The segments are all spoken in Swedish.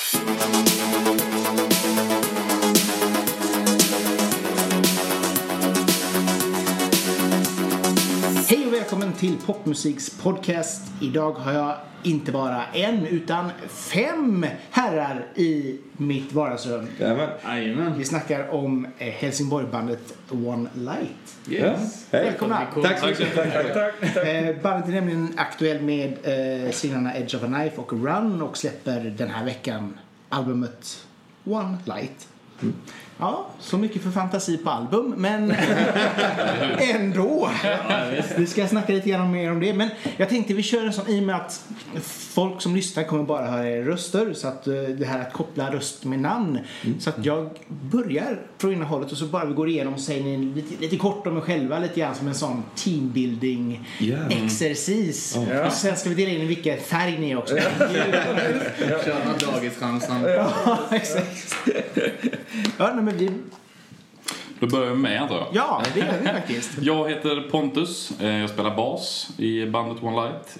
Hej och välkommen till Popmusiks podcast. Idag har jag inte bara en utan 5 herrar i mitt vardagsrum. Jajamän. Vi snackar om Helsingborgbandet One Light. Yes. Hej. Välkomna. Tack så mycket. Tack. Bandet är nämligen aktuell med singlarna Edge of a Knife och Run och släpper den här veckan albumet One Light. Ja, så mycket för fantasi på album, men ändå. Vi ska snacka lite grann mer om det, men jag tänkte vi kör en sån, i och med att folk som lyssnar kommer bara höra er röster, så att det här att koppla röst med namn, så att jag börjar från innehållet och så bara vi går igenom och säger ni lite kort om er själva, lite grann som en sån teambuilding exercis. Och sen ska vi dela in i vilka färg ni är också. Kör dagischansen. Ja, exakt. Ja, men vi... Då börjar vi med antar jag. Ja, det gör vi faktiskt. Jag heter Pontus. Jag spelar bas i bandet One Light.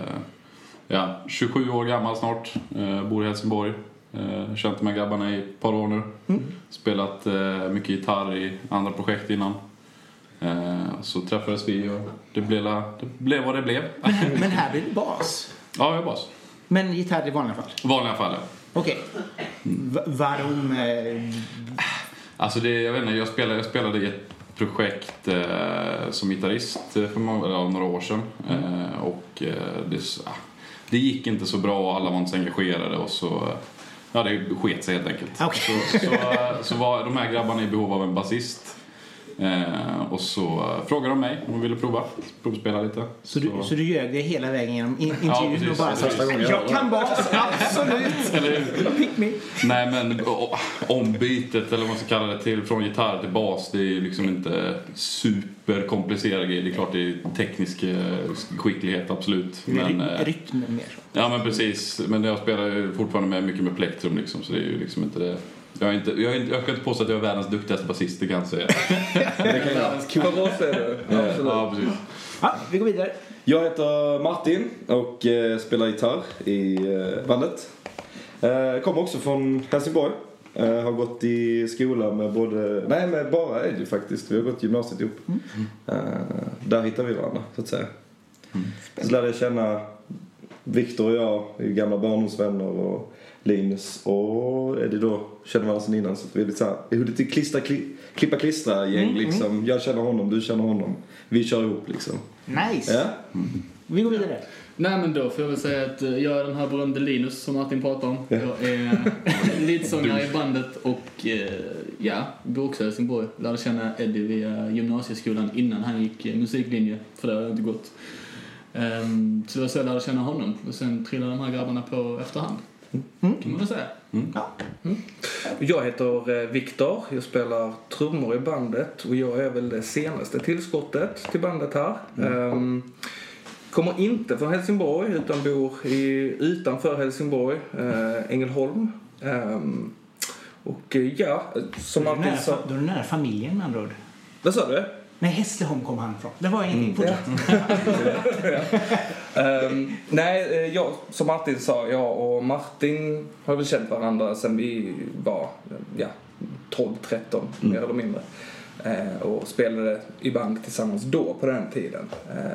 27 år gammal snart. Bor i Helsingborg. Känt med grabbarna i ett par år nu. Spelat mycket gitarr i andra projekt innan. Så träffades vi och det blev vad det blev. Men här blir det bas. Ja, jag är bas. Men gitarr i vanliga fall? Vanliga fall, ja. Okej. Varom... Alltså jag vet inte, jag spelade i ett projekt som gitarrist för några år sedan. Och det gick inte så bra och alla var inte så engagerade och så... Ja, det sket sig helt enkelt. Okay. Så var de här grabbarna i behov av en basist. Och så frågade de mig om de ville provspela lite. Så du ljög det hela vägen genom intervjun? Ja, och bara första gången jag kan bas, absolut. Pick me. Nej, men ombytet eller vad man ska kalla det till från gitarr till bas, det är ju liksom inte superkomplicerad grej. Det är klart det är teknisk skicklighet, absolut. Men rytm mer. Ja, men precis. Men jag spelar ju fortfarande mycket med plektrum liksom, så det är ju liksom inte det. Jag kan inte påstå att jag är världens duktigaste basist, det kan jag säga. Det kan jag. Vad bra säger du? Ja, precis. Ja, vi går vidare. Jag heter Martin och spelar gitarr i bandet. Kommer också från Helsingborg. Har gått i skola med med bara Eddie faktiskt. Vi har gått gymnasiet ihop. Där hittar vi varandra, så att säga. Så lärde jag känna Viktor och jag, är gamla barndomsvänner, och Linus och Eddie då känner varandra sedan innan, så att vi är lite såhär, vi är lite klippa-klistra-gäng liksom. Jag känner honom, du känner honom. Vi kör ihop liksom. Nice. Ja. Vi går vidare. Nej, men då får jag väl säga att jag är den här berömde Linus som Martin pratar om. Jag är leadsångare i bandet och bor också i Helsingborg. Lärde känna Eddie via gymnasieskolan innan han gick musiklinje, för det har jag inte gått. Så det var så jag lärde känna honom, och sen trillade de här grabbarna på efterhand. Kan man väl säga. Jag heter Viktor, jag spelar trummor i bandet och jag är väl det senaste tillskottet till bandet här. Kommer inte från Helsingborg utan bor utanför Helsingborg, Ängelholm. Och som alltid så... Då är du nära familjen med andra ord. Vad sa du? Nej, Hässleholm kom han ifrån. Det var ingenting. Som Martin sa, jag och Martin har väl känt varandra sedan vi var 12-13 mer eller mindre. Och spelade i band tillsammans då på den tiden.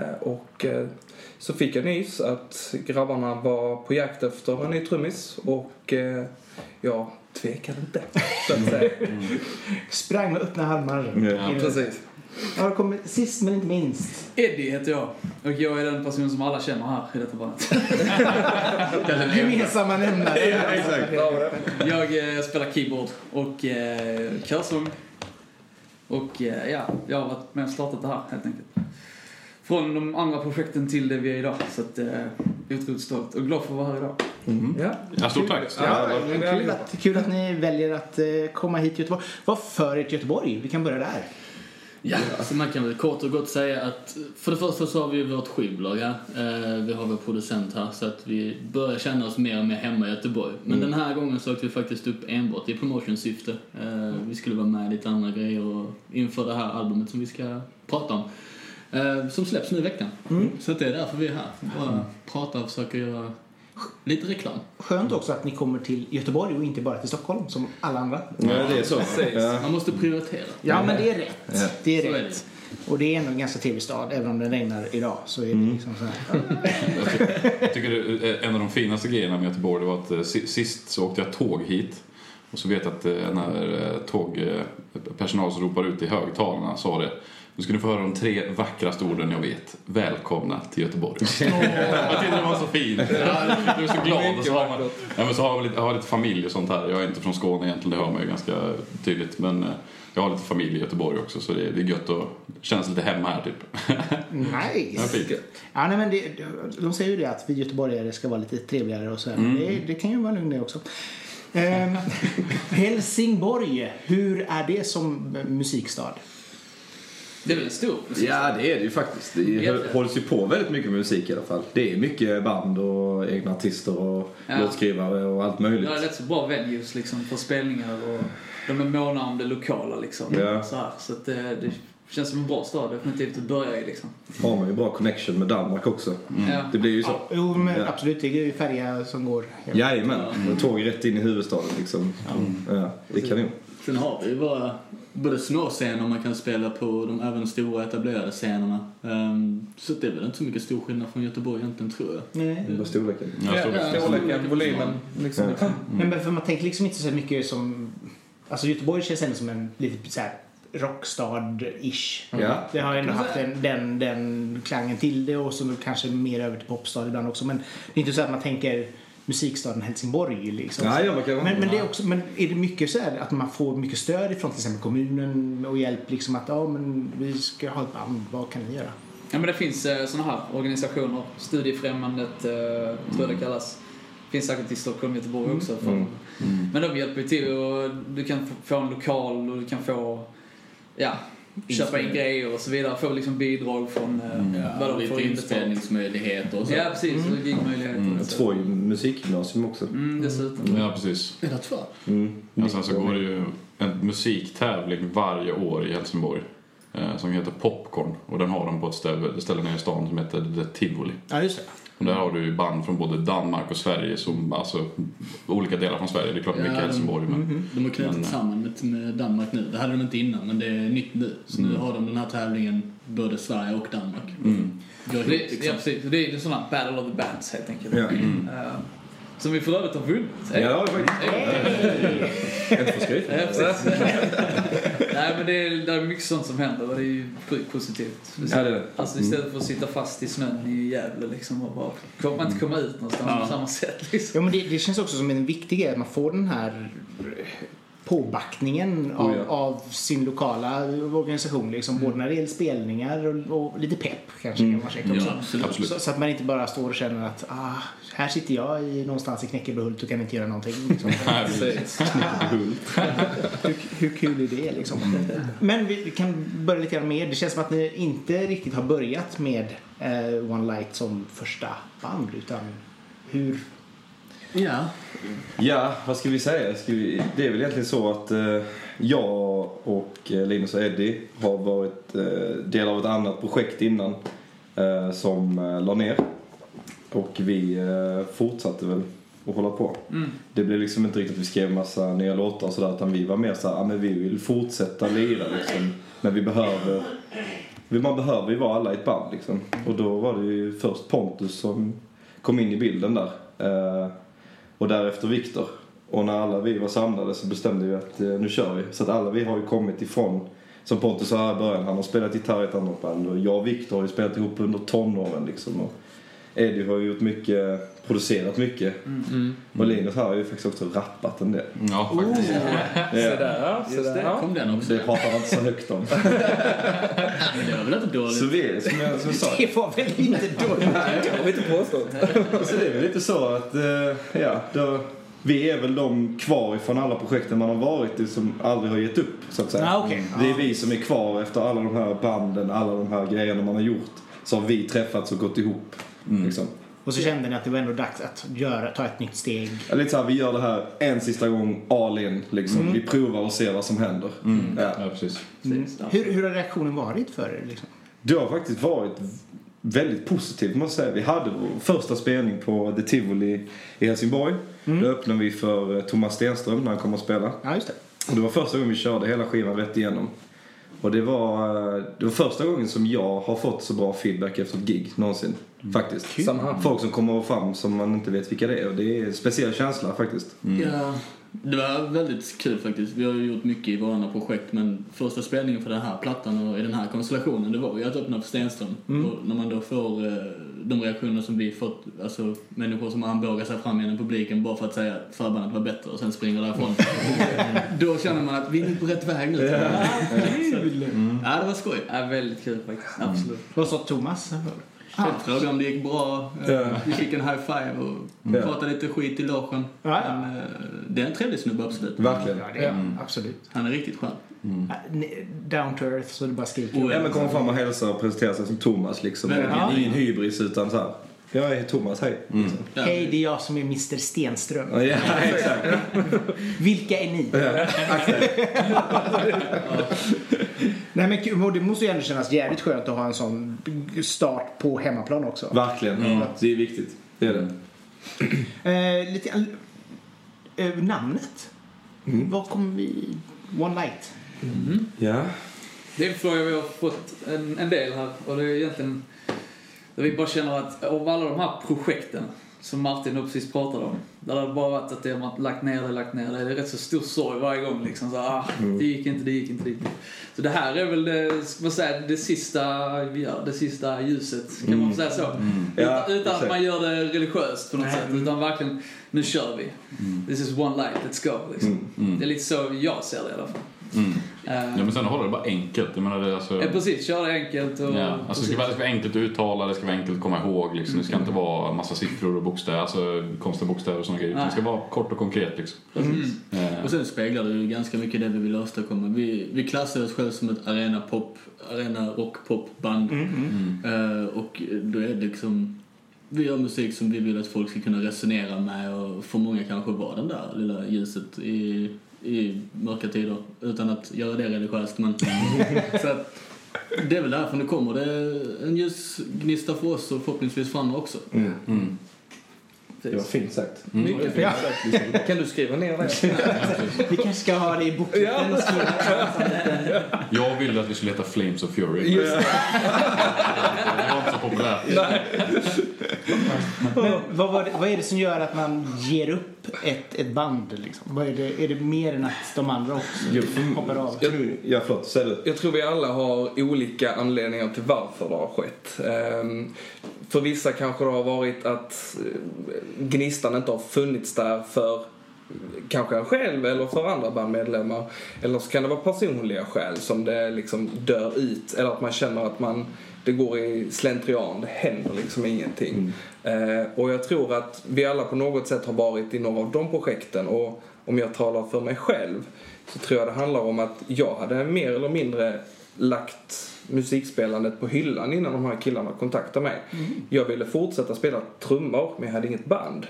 Så fick jag nys att grabbarna var på jakt efter en ny trummis, och jag tvekade inte, så att säga. Sprang med öppna armar. Ja, precis. Jag kommer sist men inte minst. Eddie heter jag. Och jag är den person som alla känner här i detta bandet. Gemensamma nämnare. Exakt. Jag spelar keyboard och körsång. Och jag har varit med och startat det här helt enkelt. Från de andra projekten till det vi är idag. Så att otroligt stolt och glad för att vara här idag. Ja, stort tack. Kul att ni väljer att komma hit till Göteborg. Vad för ett Göteborg? Vi kan börja där. Ja, så man kan väl kort och gott säga att för det första så har vi vårt skivbolag här. Vi har vår producent här, så att vi börjar känna oss mer och mer hemma i Göteborg. Men den här gången sökte vi faktiskt upp enbart i promotionsyfte. Vi skulle vara med i lite andra grejer och inför det här albumet som vi ska prata om. Som släpps nu i veckan. Så det är därför vi är här. Bara prata och försöka göra Lite reklam. Skönt också att ni kommer till Göteborg och inte bara till Stockholm som alla andra. Ja, det är så. Ja. Man måste prioritera. Ja, men det är rätt. Ja. Det är Så är rätt. Och det är ändå en ganska trevlig stad, även om den regnar idag. Så är det liksom så här. Jag tycker en av de finaste grejerna med Göteborg det var att sist så åkte jag tåg hit. Och så vet jag att när tågpersonal som ropar ut i högtalarna sa det. Nu ska ni få höra de 3 vackraste orden jag vet. Välkomna till Göteborg. Jag tyckte det var så fint. Jag är så glad. Och så har man, ja, men så har jag har lite familj och sånt här. Jag är inte från Skåne egentligen, det hör man ju ganska tydligt. Men jag har lite familj i Göteborg också. Så det är gött att känns lite hemma här typ. Nice. Ja, nej, men de säger ju det att vi göteborgare ska vara lite trevligare och så här. Men det kan ju vara lugnt det också. Helsingborg, hur är det som musikstad? Det är väl stor? Ja, det är det ju faktiskt. Det hålls ju på väldigt mycket med musik i alla fall. Det är mycket band och egna artister och låtskrivare och allt möjligt. Ja, det är rätt så bra venues liksom, för spelningar och de är måna om det lokala liksom. Ja. Så att det känns som en bra stad definitivt att börja i liksom. Har man ju bra connection med Danmark också. Ja. Det blir ju så. Ja, jo, men absolut. Det är ju färja som går. Jajamän. Tåg rätt in i huvudstaden liksom. Ja, det kan ju. Sen har vi ju både små scener man kan spela på de även stora etablerade scenerna. Så det är väl inte så mycket stor skillnad från Göteborg egentligen, tror jag. Nej. Bara storleken. Storleken, volymen. Liksom. Men för man tänker liksom inte så mycket som... Alltså Göteborg känns ändå som en lite så här rockstad-ish. Ja. Det har ändå haft den klangen till det och så kanske mer över till popstad ibland också. Men det är inte så att man tänker musikstaden Helsingborg liksom. Ja, man kan... Men det är också, men är det mycket så här att man får mycket stöd ifrån till exempel kommunen och hjälp liksom att men vi ska ha ett band, vad kan ni göra? Ja, men det finns såna här organisationer, Studiefrämjandet tror jag det kallas. Det finns säkert i Stockholm och Göteborg också. Men de hjälper ju till och du kan få en lokal och du kan få köpa in grejer och så vidare. Få liksom bidrag från vad de får lite inspelningsmöjligheter och så. Ja, precis. Och gigmöjligheter. 2 musikgymnasium också. Dessutom. Ja, precis. Är det 2? Och sen så går det ju en musiktävling varje år i Helsingborg som heter Popcorn. Och den har de på ett ställe nere i stan som heter The Tivoli. Ja, just det. Och där har du ju band från både Danmark och Sverige, som, alltså olika delar från Sverige. Det är klart mycket Helsingborg. Men, de har knutit samman med Danmark nu. Det hade de inte innan, men det är nytt nu. Så nu har de den här tävlingen både Sverige och Danmark. Ja, precis. Det är sån här Battle of the Bands helt enkelt. Som vi för övrigt har vunnit. Ja, faktiskt. Inte för skryt. Ja, precis. Nej, men det är mycket sånt som händer och det är ju sjukt positivt. Ja, det är det. Alltså istället för att sitta fast i snön i Gävle liksom och bara inte komma ut någonstans på samma sätt liksom. Ja, men det känns också som en viktig grej att man får den här påbackningen av sin lokala organisation liksom, både när det gäller spelningar och lite pepp kanske kan man säga också. absolut. Så att man inte bara står och känner att här sitter jag någonstans i Knäckebyhult och kan inte göra någonting liksom. hur kul är det liksom? Men vi kan börja lite grann med, det känns som att ni inte riktigt har börjat med One Light som första band, utan hur... Ja, vad ska vi säga? Det är väl egentligen så att jag och Linus och Eddie har varit del av ett annat projekt innan som la ner. Och vi fortsatte väl att hålla på. Det blev liksom inte riktigt att vi skrev massa nya låtar och sådär, utan vi var mer såhär, men vi vill fortsätta lira liksom. Men man behöver ju vara alla i ett band liksom. Och då var det ju först Pontus som kom in i bilden där. Och därefter Viktor. Och när alla vi var samlade så bestämde vi att nu kör vi. Så att alla vi har ju kommit ifrån, som Pontus sa i början, han har spelat gitarr i ett annat band. Och jag och Viktor har ju spelat ihop under tonåren liksom. Och Eddie har ju gjort mycket, producerat mycket. Och Linus har ju faktiskt också rappat en del. Ja, faktiskt. Så där. Kom den också. Det pratar han inte så högt om. Men det var väl inte dåligt. Så vi, som jag sa. Det var väl inte dåligt. Jag vill inte påstå. Så det är väl lite så att, vi är väl de kvar ifrån alla projekten man har varit i som aldrig har gett upp, så att säga. Det är vi som är kvar efter alla de här banden, alla de här grejerna man har gjort. Så har vi träffats och gått ihop. Liksom. Och så kände ni att det var ändå dags att ta ett nytt steg. Ja, lite så här, vi gör det här en sista gång all in liksom. Vi provar och ser vad som händer. Ja, precis. Hur har reaktionen varit för er liksom? Det har faktiskt varit väldigt positivt måste jag säga. Vi hade vår första spelning på The Tivoli i Helsingborg. Då öppnade vi för Thomas Stenström när han kom att spela. Ja, just det. Och det var första gången vi körde hela skivan rätt igenom. Och det var första gången som jag har fått så bra feedback efter ett gig någonsin. Faktiskt. Folk som kommer fram som man inte vet vilka det är. Och det är en speciell känsla faktiskt. Ja, det var väldigt kul faktiskt. Vi har ju gjort mycket i våra andra projekt, men första spelningen för den här plattan och i den här konstellationen, det var ju att öppna för Stenström. Och när man då får de reaktioner som vi fått, alltså människor som armbågar sig fram genom publiken bara för att säga att förbandet var bättre och sen springer därifrån. Då känner man att vi är på rätt väg nu. Ja, det var skoj. Ja, väldigt kul faktiskt. Absolut. Vad sa Thomas? Jag frågade om det gick bra. Vi fick en high five och pratade lite skit i logen. Men det är en trevlig snubbe, absolut. Verkligen. Ja, det är absolut. Han är riktigt skön. Down to earth, så det bara skriker. Ja, men kommer fram och hälsa och presentera sig som Thomas liksom. Ingen hybris utan så här. Jag är Thomas, hej. Hej, det är jag som är Mr. Stenström. Ja, exakt. Vilka är ni? Nej, men det måste ju ändå kännas jävligt skönt att ha en sån start på hemmaplan också. Verkligen. Det är viktigt. Det är det. Namnet. Vad kommer vi... One Night. Ja. Det är en fråga vi har fått en del här. Och det är egentligen... Där vi bara känner att av alla de här projekten som Martin och precis pratade om, där det har bara varit att det har lagt ner det. Det är rätt så stor sorg varje gång liksom. Så, det gick inte. Så det här är väl det sista ljuset, kan man säga så. Utan att man gör det religiöst på något sätt. Utan verkligen, nu kör vi. This is one light, let's go. Liksom. Det är lite så jag ser det i alla fall. Ja, men sen håller det bara enkelt. Jag menar det, alltså... precis, kör det enkelt och... alltså, det ska vara enkelt att uttala, det ska vara enkelt att komma ihåg liksom. Det ska inte vara massa siffror och bokstäver, alltså konstiga bokstäver och såna grejer. Det ska vara kort och konkret liksom. Och sen speglar det ju ganska mycket det vi vill åstadkomma. Vi klassar oss själv som ett arena rock pop band. Och då är det liksom, vi gör musik som vi vill att folk ska kunna resonera med, och för många kanske vara den där lilla ljuset i mörka tider, utan att göra det religiöst. Men så att det är väl därför det kommer. Det är en ljusgnista för oss och förhoppningsvis för andra också. Det var fint sagt. Kan du skriva ner det? Vi kanske ska ha det i boken. Jag ville att vi skulle heta Flames of Fury. Just det. Det var inte så populärt. Men vad är det som gör att man ger upp ett band liksom? Är det mer än att de andra också hoppar av? Jag tror vi alla har olika anledningar till varför det har skett. För vissa kanske det har varit att gnistan inte har funnits där för kanske en själv eller för andra bandmedlemmar. Eller så kan det vara personliga skäl som det liksom dör ut. Eller att man känner att det går i slentrian, det händer liksom ingenting. Och jag tror att vi alla på något sätt har varit i några av de projekten. Och om jag talar för mig själv så tror jag det handlar om att jag hade mer eller mindre lagt musikspelandet på hyllan innan de här killarna kontaktade mig. Jag ville fortsätta spela trummor, men jag hade inget band.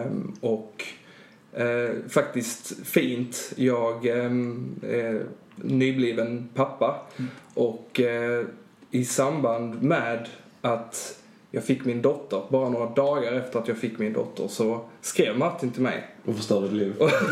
Faktiskt fint, jag är nybliven pappa och i samband med att jag fick min dotter, bara några dagar efter att jag fick min dotter, så skrev Martin till mig och förstörde ditt liv.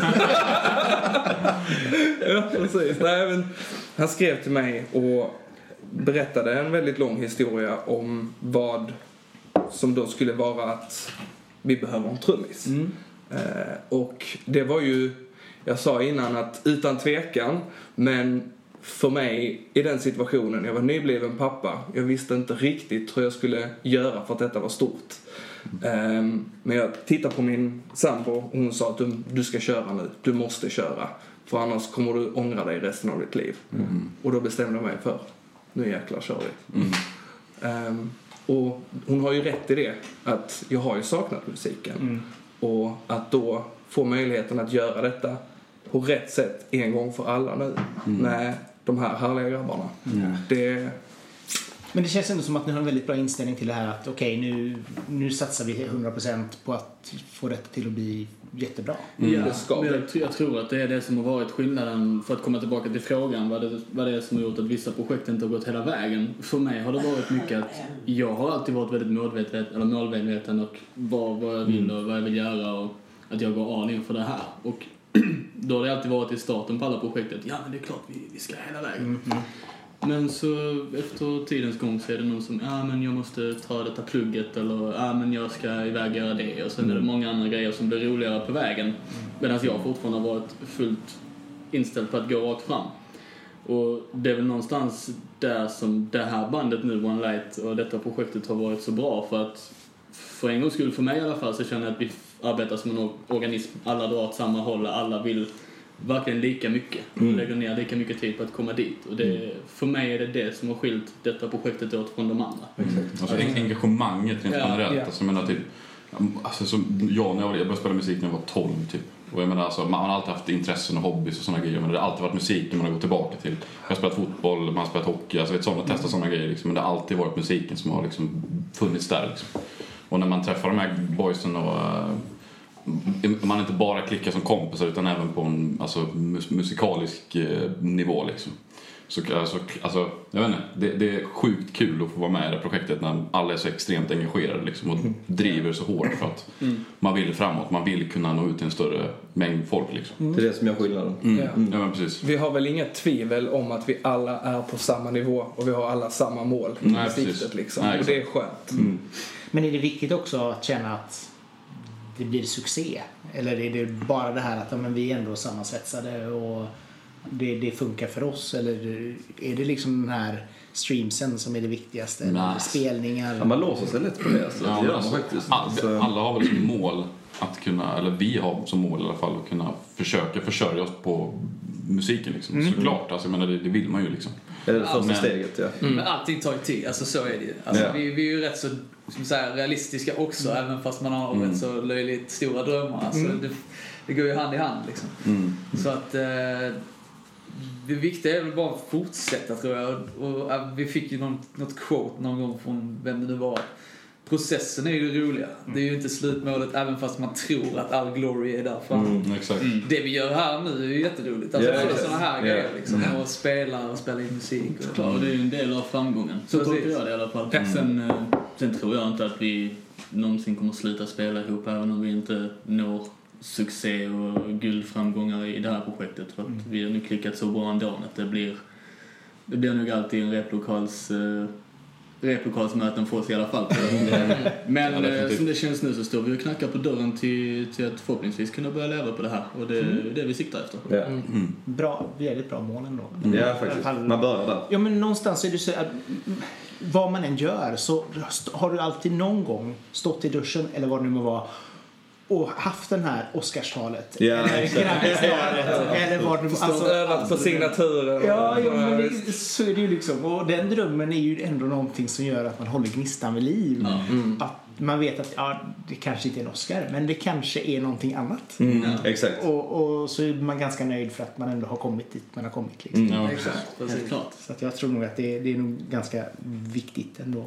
Ja, precis. Nej, men han skrev till mig och berättade en väldigt lång historia om vad som då skulle vara att vi behöver en trummis. Och det var ju, jag sa innan att utan tvekan, men för mig i den situationen, jag var nybliven pappa, jag visste inte riktigt hur jag skulle göra för att detta var stort. Men jag tittade på min sambo och hon sa att du ska köra nu, du måste köra, för annars kommer du ångra dig resten av ditt liv. Och då bestämde jag mig för, nu jäklar kör vi. Och hon har ju rätt i det, att jag har ju saknat musiken. Och att då få möjligheten att göra detta på rätt sätt en gång för alla nu med de här härliga grabbarna. Men det känns ändå som att ni har en väldigt bra inställning till det här att okej, nu satsar vi 100% på att få det till att bli jättebra. Ja, Det ska men bli. jag tror att det är det som har varit skillnaden, för att komma tillbaka till frågan, vad det är som har gjort att vissa projekt inte har gått hela vägen. För mig har det varit mycket att jag har alltid varit väldigt målmedveten och vad jag vill och vad jag vill göra, och att jag går all in för det här. Och då har det alltid varit i starten på alla projektet, ja men det är klart vi ska hela vägen. Men så efter tidens gång så är det någon som, men jag måste ta detta plugget, eller men jag ska iväg göra det, och sen är det många andra grejer som blir roligare på vägen, medan jag fortfarande har varit fullt inställd på att gå rakt fram. Och det är väl någonstans där som det här bandet nu, One Light, och detta projektet har varit så bra, för att för en gångs skull, för mig i alla fall, så känner jag att vi arbetar som en organism, alla drar åt samma håll, alla vill verkligen lika mycket och lägger ner lika mycket tid på att komma dit, och det, för mig är det som har skilt detta projektet åt från de andra. Alltså engagemanget rent generellt. Alltså, jag menar, typ, alltså, när jag började spela musik när jag var 12 typ. Och jag menar, alltså, man har alltid haft intressen och hobbys och sådana grejer, men det har alltid varit musiken man har gått tillbaka till. Jag har spelat fotboll, man har spelat hockey, alltså, testat sådana grejer liksom, men det har alltid varit musiken som har liksom funnits där liksom. Och när man träffar de här boysen och man inte bara klickar som kompisar utan även på en musikalisk nivå liksom. Så alltså, jag vet inte, det är sjukt kul att få vara med i det projektet när alla är så extremt engagerade liksom, och driver så hårt för att man vill framåt, man vill kunna nå ut till en större mängd folk liksom. Det är det som gör skillnaden. Ja, men precis. Vi har väl inget tvivel om att vi alla är på samma nivå och vi har alla samma mål i siktet liksom. Nej, och det är skönt. Men är det viktigt också att känna att det blir succé? Eller är det bara det här att vi är ändå sammansvetsade och det funkar för oss? Eller är det liksom den här streamsen som är det viktigaste? Eller spelningar? Ja, man låser sig lätt på det. Alltså. Ja, Det gör man alltså, faktiskt. alla har väl som mål att kunna, eller vi har som mål i alla fall, att kunna försöka försörja oss på musiken liksom. Såklart, alltså, jag menar, det vill man ju liksom. Det är det första steget, ja. Men allting tar ju tid, alltså så är det ju. Alltså, vi är ju rätt så, som säga, realistiska också, även fast man har rätt så löjligt stora drömmar. Alltså, det går ju hand i hand liksom. Så att det viktiga är väl bara att fortsätta, tror jag. Och vi fick ju något quote någon gång från vem det nu var. Processen är ju det roliga. Det är ju inte slutmålet, även fast man tror att all glory är där framme. Exakt. Det vi gör här nu är ju jätteroligt. Alltså sådana här grejer liksom. Och spela in musik. Och det är ju en del av framgången. Så tolkar jag det i alla fall. Sen tror jag inte att vi någonsin kommer sluta spela ihop, även om vi inte når succé och guldframgångar i det här projektet. För att vi har nu klickat så bra ändå att det blir nog alltid en replokalsmöten för oss i alla fall. Men som det känns nu så står vi och knackar på dörren till att förhoppningsvis kunna börja leva på det här. Och det är det vi siktar efter. Ja. Bra, väldigt bra mål ändå. Ja, faktiskt. Man börjar där. Ja, men någonstans är det så att vad man än gör så har du alltid någon gång stått i duschen eller vad det nu må vara och haft den här Oscarstalet eller grattistalet eller vad du övat på signaturen. Ja, men så är det ju liksom, och den drömmen är ju ändå någonting som gör att man håller gnistan vid liv. Att man vet att det kanske inte är en Oscar, men det kanske är någonting annat. Exakt. Och så är man ganska nöjd för att man ändå har kommit dit man har kommit liksom. Ja, exakt. Helt klart. Så att jag tror nog att det är nog ganska viktigt ändå.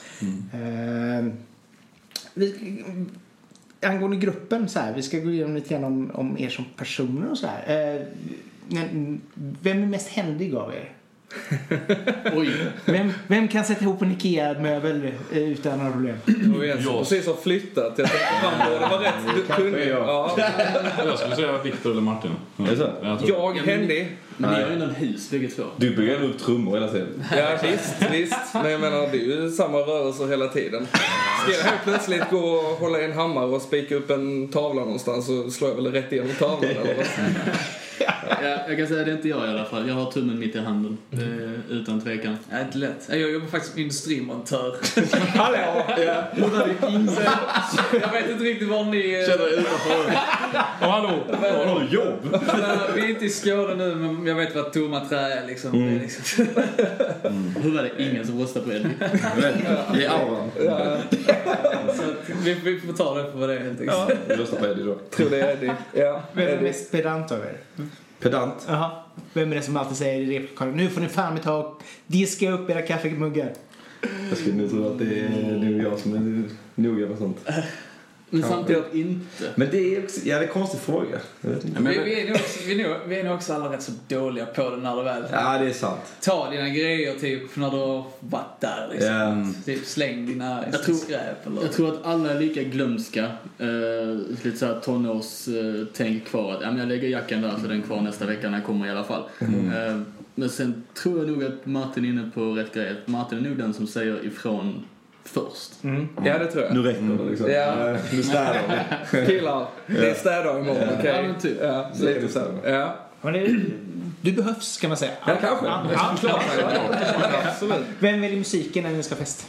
Angående gruppen så här, vi ska gå igenom lite grann om er som personer och så här. Vem är mest händig av er? Oj. Vem kan sätta ihop en IKEA-möbel utan några problem? Jag precis har flyttat. Jag tänkte det var rätt. Du kunde jag skulle säga Victor eller Martin. Jag händig. Men ni har ju någon hus bägge två. Du bygger upp trummor hela tiden. Ja, visst. Men jag menar, det är ju samma rörelser hela tiden. Ska jag helt plötsligt gå och hålla i en hammare och spika upp en tavla någonstans, så slår jag väl rätt igenom tavlan eller vad? Ja, jag kan säga att det är inte jag i alla fall. Jag har tummen mitt i handen. Utan tvekan. Ja, inte lätt. Jag jobbar faktiskt som industrimontör. Hallå! Ja. Jag vet inte riktigt var ni... Känner dig utanför. Hallå, har du jobb? Vi är inte i Skåne nu, men jag vet vad tomma trä är liksom. Det är liksom. Hur var det ingen som röstar på Eddie? Det är auran. Ja. Så att vi får ta det för vad det är helt enkelt. Ja, vi röstar på Eddie då. Tror det är Eddie. Ja. Vem är mest pedant av er? Pedant. Aha. Vem är det som alltid säger i replokalen, nu får ni fan med tag, diska upp era kaffemuggar? Jag skulle nog tro att det är nog jag som är noga med sånt. Men samtidigt inte. Men det är också, det är en konstig fråga. Jag vet inte. Vi är nog också alla rätt så dåliga på det när det väl... Ja, det är sant. Ta dina grejer typ när du har varit där liksom. Typ släng dina skräp eller... Jag tror att alla är lika glömska. Lite såhär tonårstänk kvar. Att jag lägger jackan där så den är kvar nästa vecka när jag kommer i alla fall. Men sen tror jag nog att Martin är inne på rätt grej. Martin är nog den som säger ifrån först. Ja, det tror jag. Nu räcker det liksom. Ja. Nu städar vi. Killar, det är städdag imorgon, okej? Ja, men typ. Ja, lite så. Ja. Men du behövs, kan man säga. Ja, kanske. Ja, Klart. Absolut. Vem väljer musiken när ni ska festa?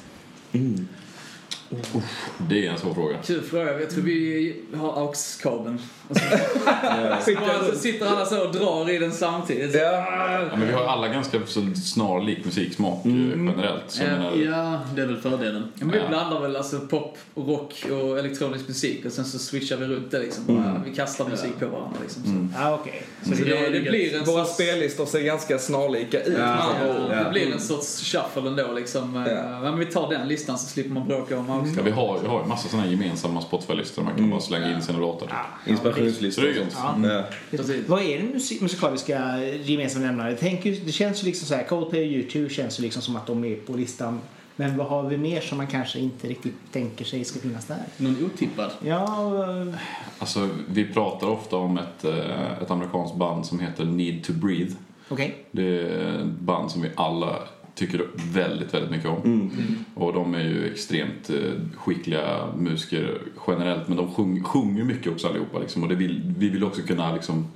Det är en svår fråga. Kul fråga. Jag tror vi har AUX-kabeln. Så sitter alla så och drar i den samtidigt. Ja, men vi har alla ganska snarlik musiksmak generellt. Så Ja, det är väl fördelen. Ja, men vi blandar väl alltså pop, rock och elektronisk musik och sen så switchar vi runt det liksom. Vi kastar musik på varandra liksom. Ja, okej. Så det blir en Våra sorts... spellistor ser ganska snarlika ut. Det blir en sorts shuffle ändå liksom. Men vi tar den listan så slipper man bråka om AUX. Ja, vi har ju massa sådana här gemensamma Spotify-listor man kan bara slänga in sina låtar. Inspirationslistor och sånt. Vad är den musikaliska gemensamma nämnare? Det känns ju liksom så här, Coldplay och U2 känns ju liksom som att de är på listan. Men vad har vi mer som man kanske inte riktigt tänker sig ska finnas där? Någon otippad? Ja, Alltså, vi pratar ofta om ett amerikanskt band som heter Need to Breathe. okej. Det är ett band som vi alla tycker väldigt, väldigt mycket om. Och de är ju extremt skickliga musiker generellt, men de sjunger mycket också allihopa liksom. Och vi vill också kunna liksom,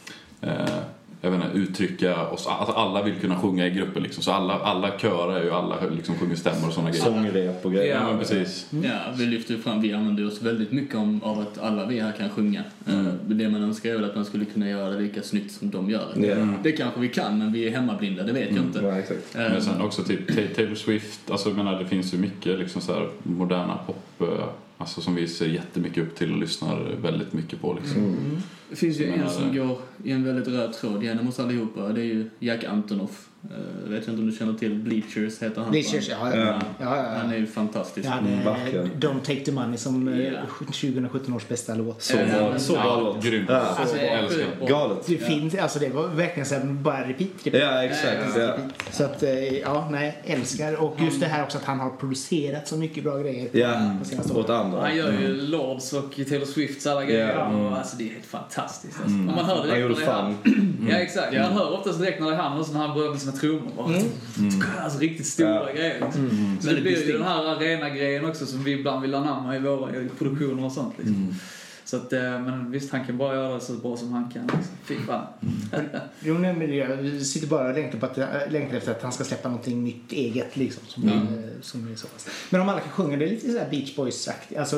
jag vet inte, uttrycka oss. Alltså alla vill kunna sjunga i gruppen liksom. Så alla körar ju, alla liksom sjunger stämmor och sådana grejer. Sångrep och grejer. Ja, men precis. Ja, vi lyfter fram, vi använder oss väldigt mycket av att alla vi här kan sjunga. Det man önskar är att man skulle kunna göra det lika snyggt som de gör det. Det kanske vi kan, men vi är hemmablinda, det vet jag inte. Ja, exakt. Men sen också typ Taylor Swift, alltså jag menar det finns ju mycket liksom så här moderna pop, alltså som vi ser jättemycket upp till och lyssnar väldigt mycket på liksom. Det finns ju en som går i en väldigt röd tråd genom oss allihopa. Det är ju Jack Antonoff. Jag vet inte om du känner till Bleachers, heter han. Bleachers, ja. Han är ju fantastisk. Ja, Don't Take the Money som 2017 års bästa låt. Så bra låt. Grymt. Alltså, Älskar. Galet. det finns, alltså det var verkligen så här, bara repeat. Ja, exakt. Ja. Så att, älskar. Och just det här också att han har producerat så mycket bra grejer. Ja, på senaste åt åren. andra. Han gör ju Lords och Taylor Swifts alla grejer. Och, alltså det är helt fantastiskt. Alltså. Och man hör direkt Han gjorde när det är han. fan. Ja, exakt. Man hör oftast direkt när det är han och så när han börjar med sina trummor. Alltså riktigt stora grejer. Så det blir ju den här arena-grejen också som vi ibland vill anamma i våra produktioner och sånt. Liksom. Så att, men visst, han kan bara göra det så bra som han kan. Liksom. Fy fan. Jo, nej, men jag sitter bara och längtar efter att han ska släppa någonting nytt eget liksom, som är så fast. Men om alla kan sjunga, det är lite så här Beach Boys-aktigt. Alltså,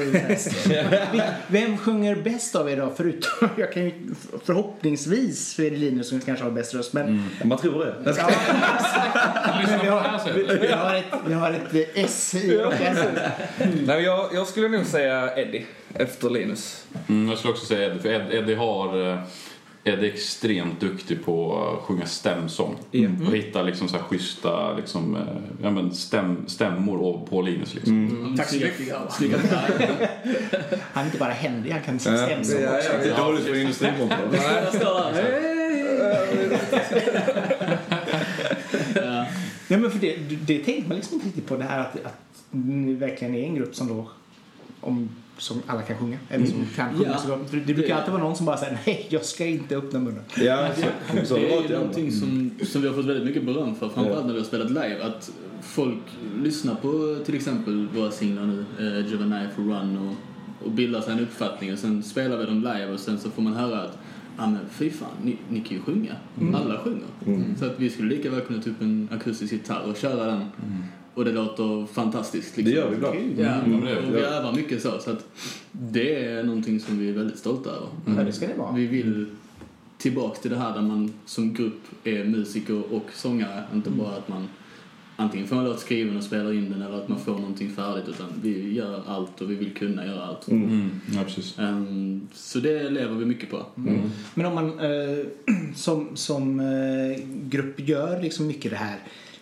vem sjunger bäst av er då? Förutom, jag kan ju, förhoppningsvis så är det Linus som kanske har bäst röst. Men, Man tror det. ja, men vi har ett S i Nej, jag skulle nog säga Eddie efter Linus. Jag skulle också säga Eddie, för Eddie är extremt duktig på att sjunga stämsång. Och hitta liksom så här schyssta liksom, stämmor på Linus liksom. Tack så mycket. Han är inte bara händig, han kan stämma också. Det är dåligt för industrimontor. Ja, men för det tänkte man liksom inte riktigt på det här att ni verkligen är en grupp som då som alla kan sjunga eller som kan sjunga så bra. För det brukar alltid vara någon som bara säger nej, jag ska inte öppna munnen. Ja, så det är ju någonting som vi har fått väldigt mycket beröm för, framförallt när vi har spelat live, att folk lyssnar på till exempel våra singlar nu, Juvenile for Run och bildar sig en uppfattning och sen spelar vi dem live och sen så får man höra att men fy fan, ni kan ju sjunga. Alla sjunger. Så att vi skulle lika väl kunna ta upp en akustisk gitarr och köra den. Och det låter fantastiskt. Liksom. Det gör vi bra. Ja, och vi övar mycket så att det är någonting som vi är väldigt stolta över. Ja, det ska det vara. Vi vill tillbaka till det här där man som grupp är musiker och sångare. Inte bara att man antingen får en låt skriven och spelar in den eller att man får någonting färdigt, utan vi gör allt och vi vill kunna göra allt. Ja, precis. Så det lever vi mycket på. Men om man som grupp gör liksom mycket det här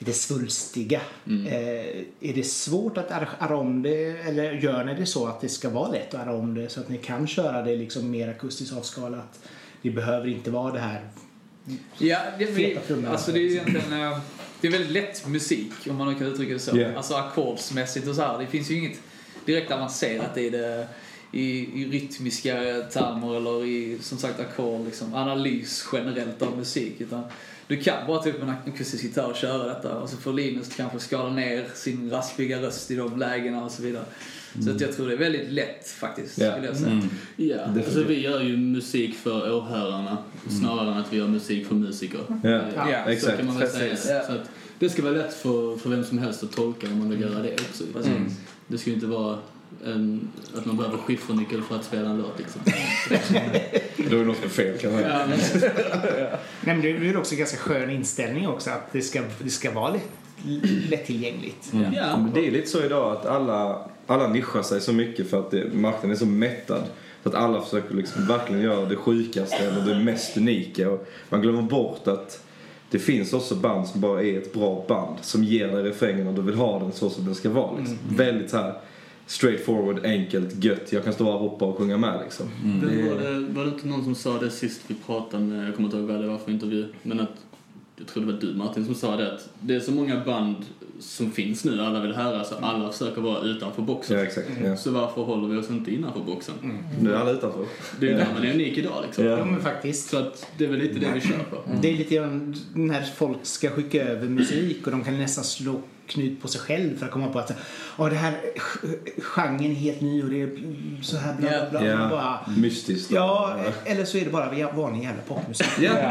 lite svulstiga. Är det svårt att arra om det, eller gör ni det så att det ska vara lätt att arra om det så att ni kan köra det liksom mer akustiskt avskalat? Det behöver inte vara det här. Ja, alltså det är egentligen det är väldigt lätt musik om man kan uttrycka det så. Alltså ackordsmässigt och så här. Det finns ju inget direkt avancerat i det i rytmiska termer eller i som sagt ackord liksom, analys generellt av musik, utan du kan bara ta upp en akustisk gitarr och köra detta, och så får Linus kanske skala ner sin raspiga röst i de lägena och så vidare. Så att jag tror det är väldigt lätt faktiskt, skulle jag säga. Ja, alltså vi gör ju musik för åhörarna snarare än att vi gör musik för musiker. Så kan man väl säga. Så att det ska vara lätt för vem som helst att tolka om man vill göra det också. Det ska ju inte vara att man behöver skiffernyckel för att spela en låt liksom. Då är det något som är fel kan man säga. Nej, men det är också en ganska skön inställning också, att det ska vara lättillgängligt. Men det är lite så idag att alla nischar sig så mycket för att marknaden är så mättad. Så att alla försöker liksom verkligen göra det sjukaste eller det mest unika. Och man glömmer bort att det finns också band som bara är ett bra band, som ger dig refrängen och du vill ha den så som den ska vara liksom. Väldigt så här straightforward, enkelt, gött. Jag kan stå och hoppa och sjunga med liksom. Var det inte någon som sa det sist vi pratade med, jag kommer inte ihåg vad det var för intervju, men att jag tror det var du Martin som sa det, att det är så många band som finns nu, alla vill höra, så alla försöker vara utanför boxen. Ja, exakt. Så varför håller vi oss inte innanför boxen? Nu är alla utanför. Det är där man är unik idag liksom. Ja, men faktiskt. Så att det är väl lite det vi kör på. Det är lite grann när folk ska skicka över musik och de kan nästan slå knut på sig själv för att komma på att det här genren är helt ny och det är så här bla bla bla. Bara, mystiskt. Ja, eller så är det bara vanlig jävla popmusik.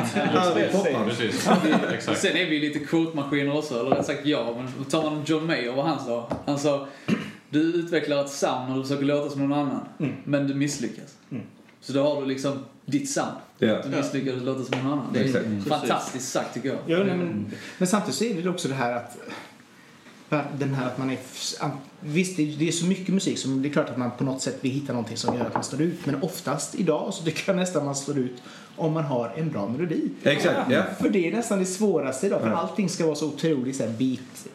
Precis. Exakt. Sen är vi lite quote-maskiner också, eller rätt sagt men tar man John Mayer, vad han sa, du utvecklar ett sound och du försöker låta som någon annan, men du misslyckas. Så då har du liksom ditt sound. Du misslyckas och låter som någon annan. Det är fantastiskt sagt tycker jag. Ja, men samtidigt så är det också det här att den här att man är visst det är så mycket musik som det är klart att man på något sätt vill hitta någonting som gör att man står ut, men oftast idag så tycker jag nästan man står ut om man har en bra melodi. Exakt. För det är nästan det svåraste idag, för allting ska vara så otroligt så här beat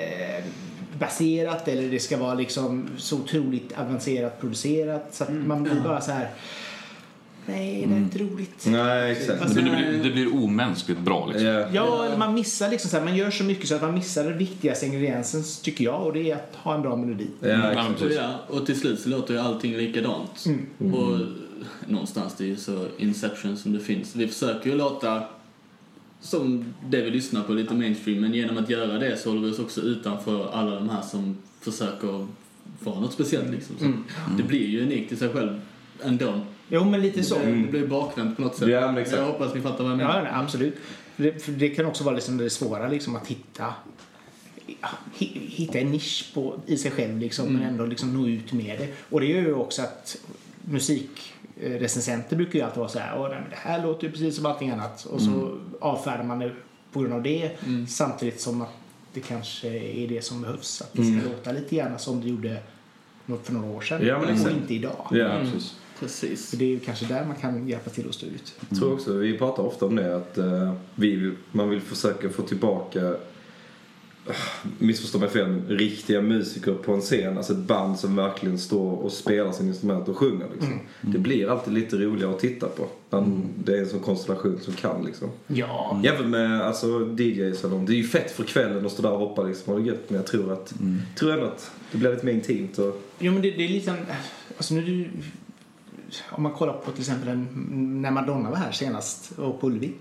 baserat, eller det ska vara liksom så otroligt avancerat producerat så att man blir bara så här. Nej, det är inte roligt. Nej, exakt. Alltså, Det blir omänskligt bra liksom. Ja, eller man missar liksom så här, man gör så mycket så att man missar den viktigaste ingrediensen tycker jag, och det är att ha en bra melodi. Och till slut så låter ju allting likadant. Och någonstans det är ju så Inception som det finns. Vi försöker ju låta som det vi lyssnar på, lite mainstream, men genom att göra det så håller vi oss också utanför alla de här som försöker få något speciellt liksom. Så det blir ju unikt i sig själv ändå. Jo, men lite så. Det blir bakvänt på något sätt. Ja, exakt. Jag hoppas ni fattar vad jag menar. Ja, absolut. För det kan också vara liksom det svåra liksom, att hitta en nisch i sig själv liksom, men ändå liksom nå ut med det. Och det gör ju också att musikrecensenter brukar ju alltid vara så här, det här låter ju precis som allting annat, och så avfärdar man det på grund av det, samtidigt som att det kanske är det som behövs, att det ska låta lite grann som det gjorde för några år sedan, och inte idag. Ja, precis. För det är ju kanske där man kan hjälpa till att stå ut. Jag tror också, vi pratar ofta om det, att man vill försöka få tillbaka, missförstå mig fel, riktiga musiker på en scen, alltså ett band som verkligen står och spelar sin instrument och sjunger liksom. Det blir alltid lite roligare att titta på. Det är en sån konstellation som kan liksom. Ja. Jämfört med alltså DJs eller det är ju fett för kvällen att stå där och hoppa liksom, och det är gött, men jag tror ändå att det blir lite mer intimt och... Jo, men det är lite alltså nu om man kollar på till exempel när Madonna var här senast och på Ullevi.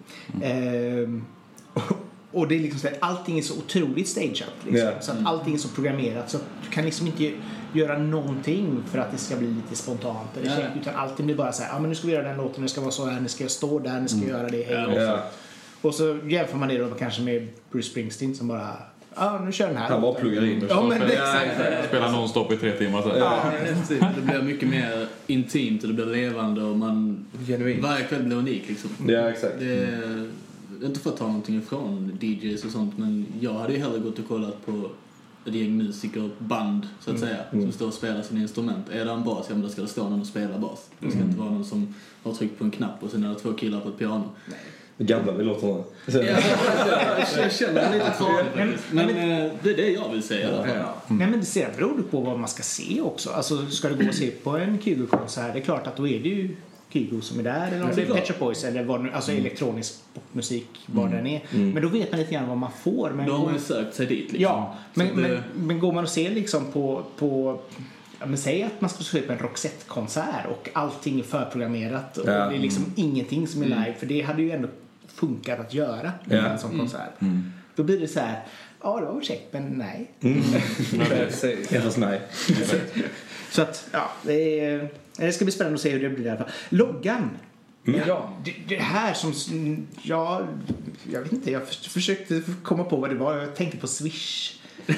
Och det är liksom så att allting är så otroligt stageat liksom, så att allting är så programmerat så att du kan liksom inte göra någonting för att det ska bli lite spontant eller utan allting blir bara så här, men nu ska vi göra den låten, nu ska vara så här, nu ska jag stå där, nu ska jag göra det och så jämför man det då kanske med Bruce Springsteen som bara nu kör den här. Han bara pluggar in. Spelar non-stop i 3 timmar. Det blir mycket mer intimt och det blir levande och man varje kväll blir unik liksom. Ja, exakt. Det är inte för att ta någonting ifrån DJs och sånt, men jag hade ju hellre gått och kollat på ett gäng musiker, band så att säga, som står och spelar sina instrument. Är det en bas, då ska det stå någon och spela bas. Det ska inte vara någon som har tryckt på en knapp och sen är det 2 killar på ett piano. Gamla vi låter nu. Jag känner lite farligt faktiskt. Men det är det jag vill säga i alla fall. Nej, men det ser beror på vad man ska se också. Alltså, ska du gå och se på en Kygo-konsert, det är klart att då är det ju Kygo som är där, eller om det är Pet Shop Boys eller vad, alltså elektronisk popmusik, vad den är. Men då vet man lite grann vad man får. Men då har man ju sökt sig dit liksom. Ja, men går man och ser liksom på men säg att man ska se på en Roxette-konsert och allting är förprogrammerat och det är liksom ingenting som är live, för det hade ju ändå funkat att göra en sån konsert. Då blir det så här, ja det var väl käckt, men nej. Endast nej. Så att, ja, det ska bli spännande att se hur det blir i alla fall. Loggan. Ja. Det här som, ja, jag vet inte, jag försökte komma på vad det var. Jag tänkte på Swish.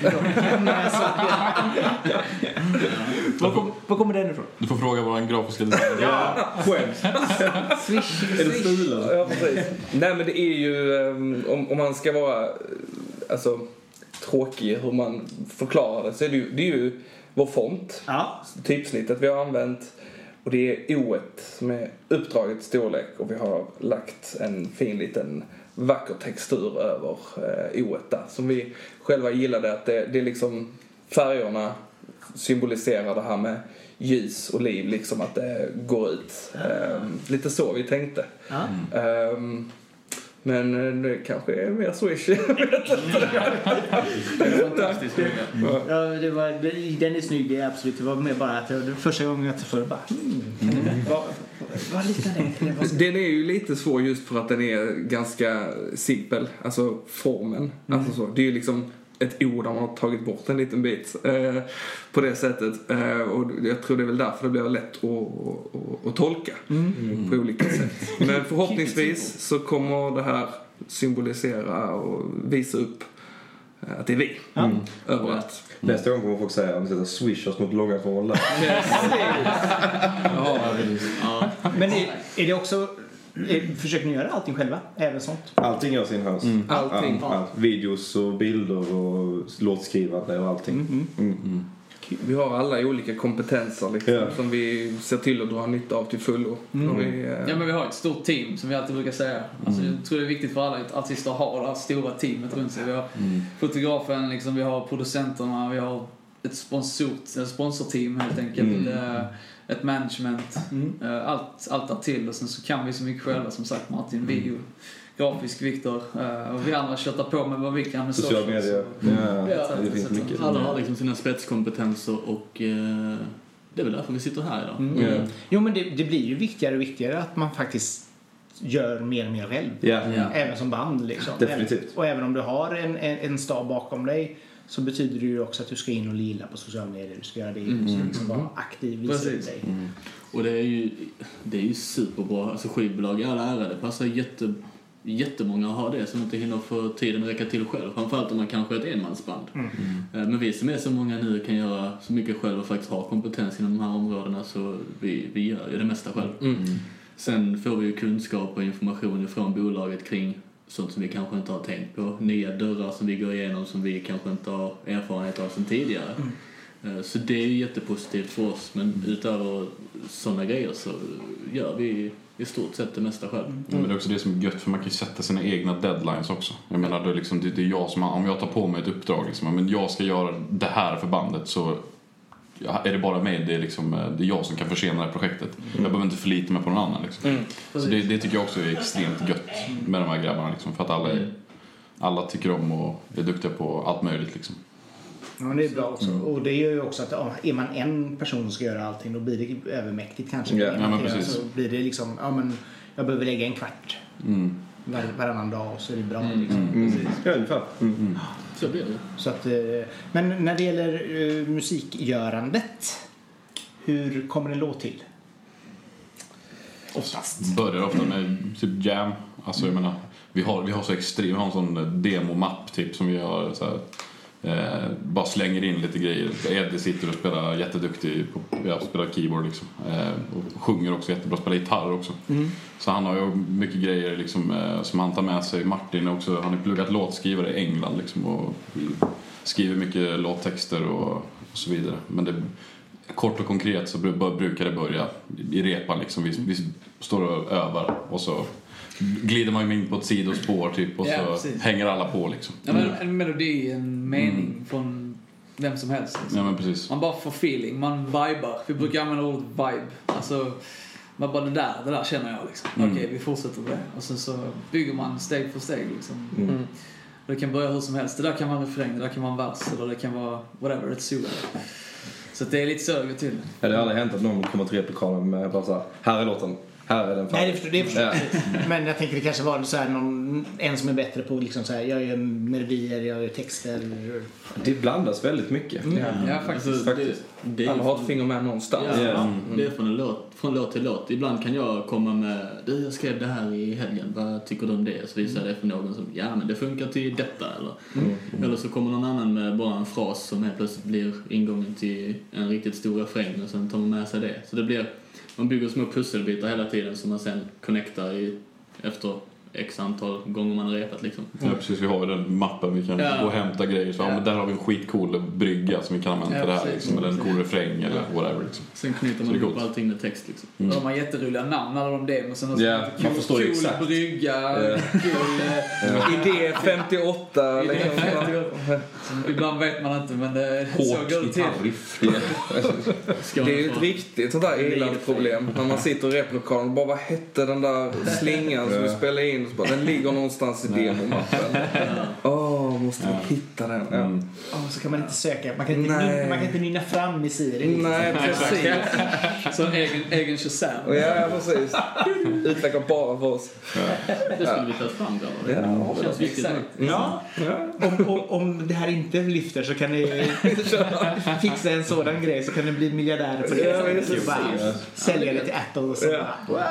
Vad kommer den ifrån? Du får fråga våran grafiska designer. Ja, skämt. Swish. Är det stilar? Ja, precis. Nej, men det är ju, om man ska vara alltså, tråkig hur man förklarar det, så är det är ju vår font, typsnittet vi har använt, och det är O-et som är uppdraget storlek, och vi har lagt en fin liten vacker textur över O-et där, som vi själva gillade, att det är liksom färgerna symboliserar det här med ljus och liv, liksom att det går ut. Lite så vi tänkte. Men det kanske är mer Swish. Jag vet inte. Det är fantastiskt. Ja, den är snygg, det är absolut. Det var mer bara att det första gången jag träffade bara vad liknar det? Den är ju lite svår just för att den är ganska simpel. Alltså formen. Alltså så. Det är ju liksom ett ord där man har tagit bort en liten bit på det sättet. Och jag tror det är väl därför det blir lätt att tolka på olika sätt. Men förhoppningsvis så kommer det här symbolisera och visa upp att det är vi överallt. Nästa gång kommer folk säga att det swishas mot långa från land. Men är det också, försöker ni göra allting själva? Även sånt? Allting görs in-house. Allting. Allt. Videos och bilder och låtskrivande och allting. Vi har alla olika kompetenser liksom, som vi ser till att dra nytta av till fullo. Ja, men vi har ett stort team som vi alltid brukar säga. Alltså, jag tror det är viktigt för alla artister att ha det här stora teamet runt sig. Vi har fotografen, liksom, vi har producenterna, vi har ett sponsorteam helt enkelt. Ett management, allt där till. Och sen så kan vi så mycket själva, som sagt, Martin, video, grafisk, Viktor, och vi andra köttar på med vad vi kan med sociala medier. Det finns mycket. Alla har liksom sina spetskompetenser, och det är väl därför vi sitter här idag. Jo, men det blir ju viktigare och viktigare att man faktiskt gör mer och mer själv. Även som band liksom. Definitivt. Och även om du har en stab bakom dig, så betyder det ju också att du ska in och lila på sociala medier. Du ska göra det, du ska liksom vara aktiv, visa upp dig. Och det är ju superbra. Alltså skivbolag i alla ära, det passar jättemånga har det som inte hinner få tiden att räcka till själv. Framförallt om man kanske är ett enmansband. Men vi som är så många nu kan göra så mycket själv och faktiskt ha kompetens inom de här områdena, så vi gör ju det mesta själv. Sen får vi ju kunskap och information från bolaget kring sånt som vi kanske inte har tänkt på. Nya dörrar som vi går igenom som vi kanske inte har erfarenhet av sedan tidigare. Så det är ju jättepositivt för oss. Men utöver sådana grejer så gör vi i stort sett det mesta själv. Men det är också det som är gött, för man kan ju sätta sina egna deadlines också. Jag menar, det är jag som, om jag tar på mig ett uppdrag liksom, men jag ska göra det här för bandet, så är det bara mig, det är jag som kan försena det här projektet. Jag behöver inte förlita mig på någon annan liksom. Så det tycker jag också är extremt gött med de här grabbarna liksom, för att alla tycker om och är duktiga på allt möjligt liksom. Ja, det är bra också. Och det gör ju också att är man en person som ska göra allting, då blir det övermäktigt kanske. Men precis. Så blir det liksom, jag behöver lägga en kvart varannan dag, och så är det bra liksom. Ja, ungefär. Så blir det. Så att, men när det gäller musikgörandet, hur kommer en låt till? Oftast. Börjar ofta med typ jam. Alltså jag menar, vi har så extremt, vi har en sån demo-mapp typ som vi har så här, bara slänger in lite grejer. Eddie sitter och spelar jätteduktig spelar keyboard liksom, och sjunger också jättebra, spelar gitarr också. Så han har ju mycket grejer liksom, som han tar med sig. Martin också, han har pluggat låtskrivare i England liksom, och skriver mycket låttexter och så vidare. Men det, kort och konkret så brukar det börja i repan liksom. Vi står och övar, och så glider man in på ett sidospår typ och så precis. hänger alla på liksom. Ja, men en melodi, en mening från vem som helst. Liksom. Ja, men precis. Man bara får feeling, man vibar. Vi brukar använda ordet vibe. Alltså, man bara det där känner jag liksom. Okej, vi fortsätter med det. Och sen så bygger man steg för steg liksom. Och det kan börja hur som helst. Det där kan vara en refräng, det där kan vara en vers, eller det kan vara whatever, ett solo. Så det är lite så det går till. Ja, det har aldrig hänt att någon kommer till replokalen med bara så här är låten, här är den. Nej, det förstår jag. Men jag tänker det kanske var så här en som är bättre på liksom så här, jag gör melodier, jag gör texter. Det blandas väldigt mycket. Ja, faktiskt. Alla har ett finger med någonstans. Det är från låt till låt. Ibland kan jag komma med, jag skrev det här i helgen, vad tycker du om det? Så visar det för någon som, men det funkar till detta. Eller så kommer någon annan med bara en fras som helt plötsligt blir ingången till en riktigt stor refräng och sen tar man med sig det. Så det blir, man bygger små pusselbitar hela tiden som man sen connectar efter x antal gånger man har repat liksom. Ja, precis. Vi har ju den mappen vi kan gå och hämta grejer. Så men där har vi en skitcool brygga som vi kan använda till det här liksom. Eller en cool refräng eller whatever liksom. Sen knyter man ihop allting med text liksom. Och de har jätteroliga namn alla de det. Och sen man förstår ju exakt. Cool brygga, Idé 58. Ibland vet man inte, men så går det till. Det är ju ett riktigt sånt där Irland-problem. När man sitter i replokalen och bara, vad hette den där slingan som vi spelade in? Så bara, den ligger någonstans i demomappen. Måste vi hitta den. Så kan man inte söka. Man kan inte nynna fram i Siri. Nej, precis. Så egen Shazam. Ja, precis. Utvecklar bara för oss. Det skulle vi ta fram då. Ja, det känns viktigt. Om det här inte lyfter så kan ni fixa en sådan grej, så kan ni bli miljardärer på det. Sälja det till Apple och så.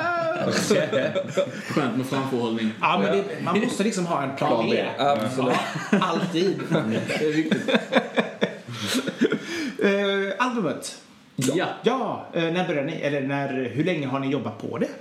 Skönt med framförhållning. Ja, men man måste liksom ha en plan B. Absolut. Alltid. Det är viktigt. Albumet. Ja, när började ni? Eller hur länge har ni jobbat på det?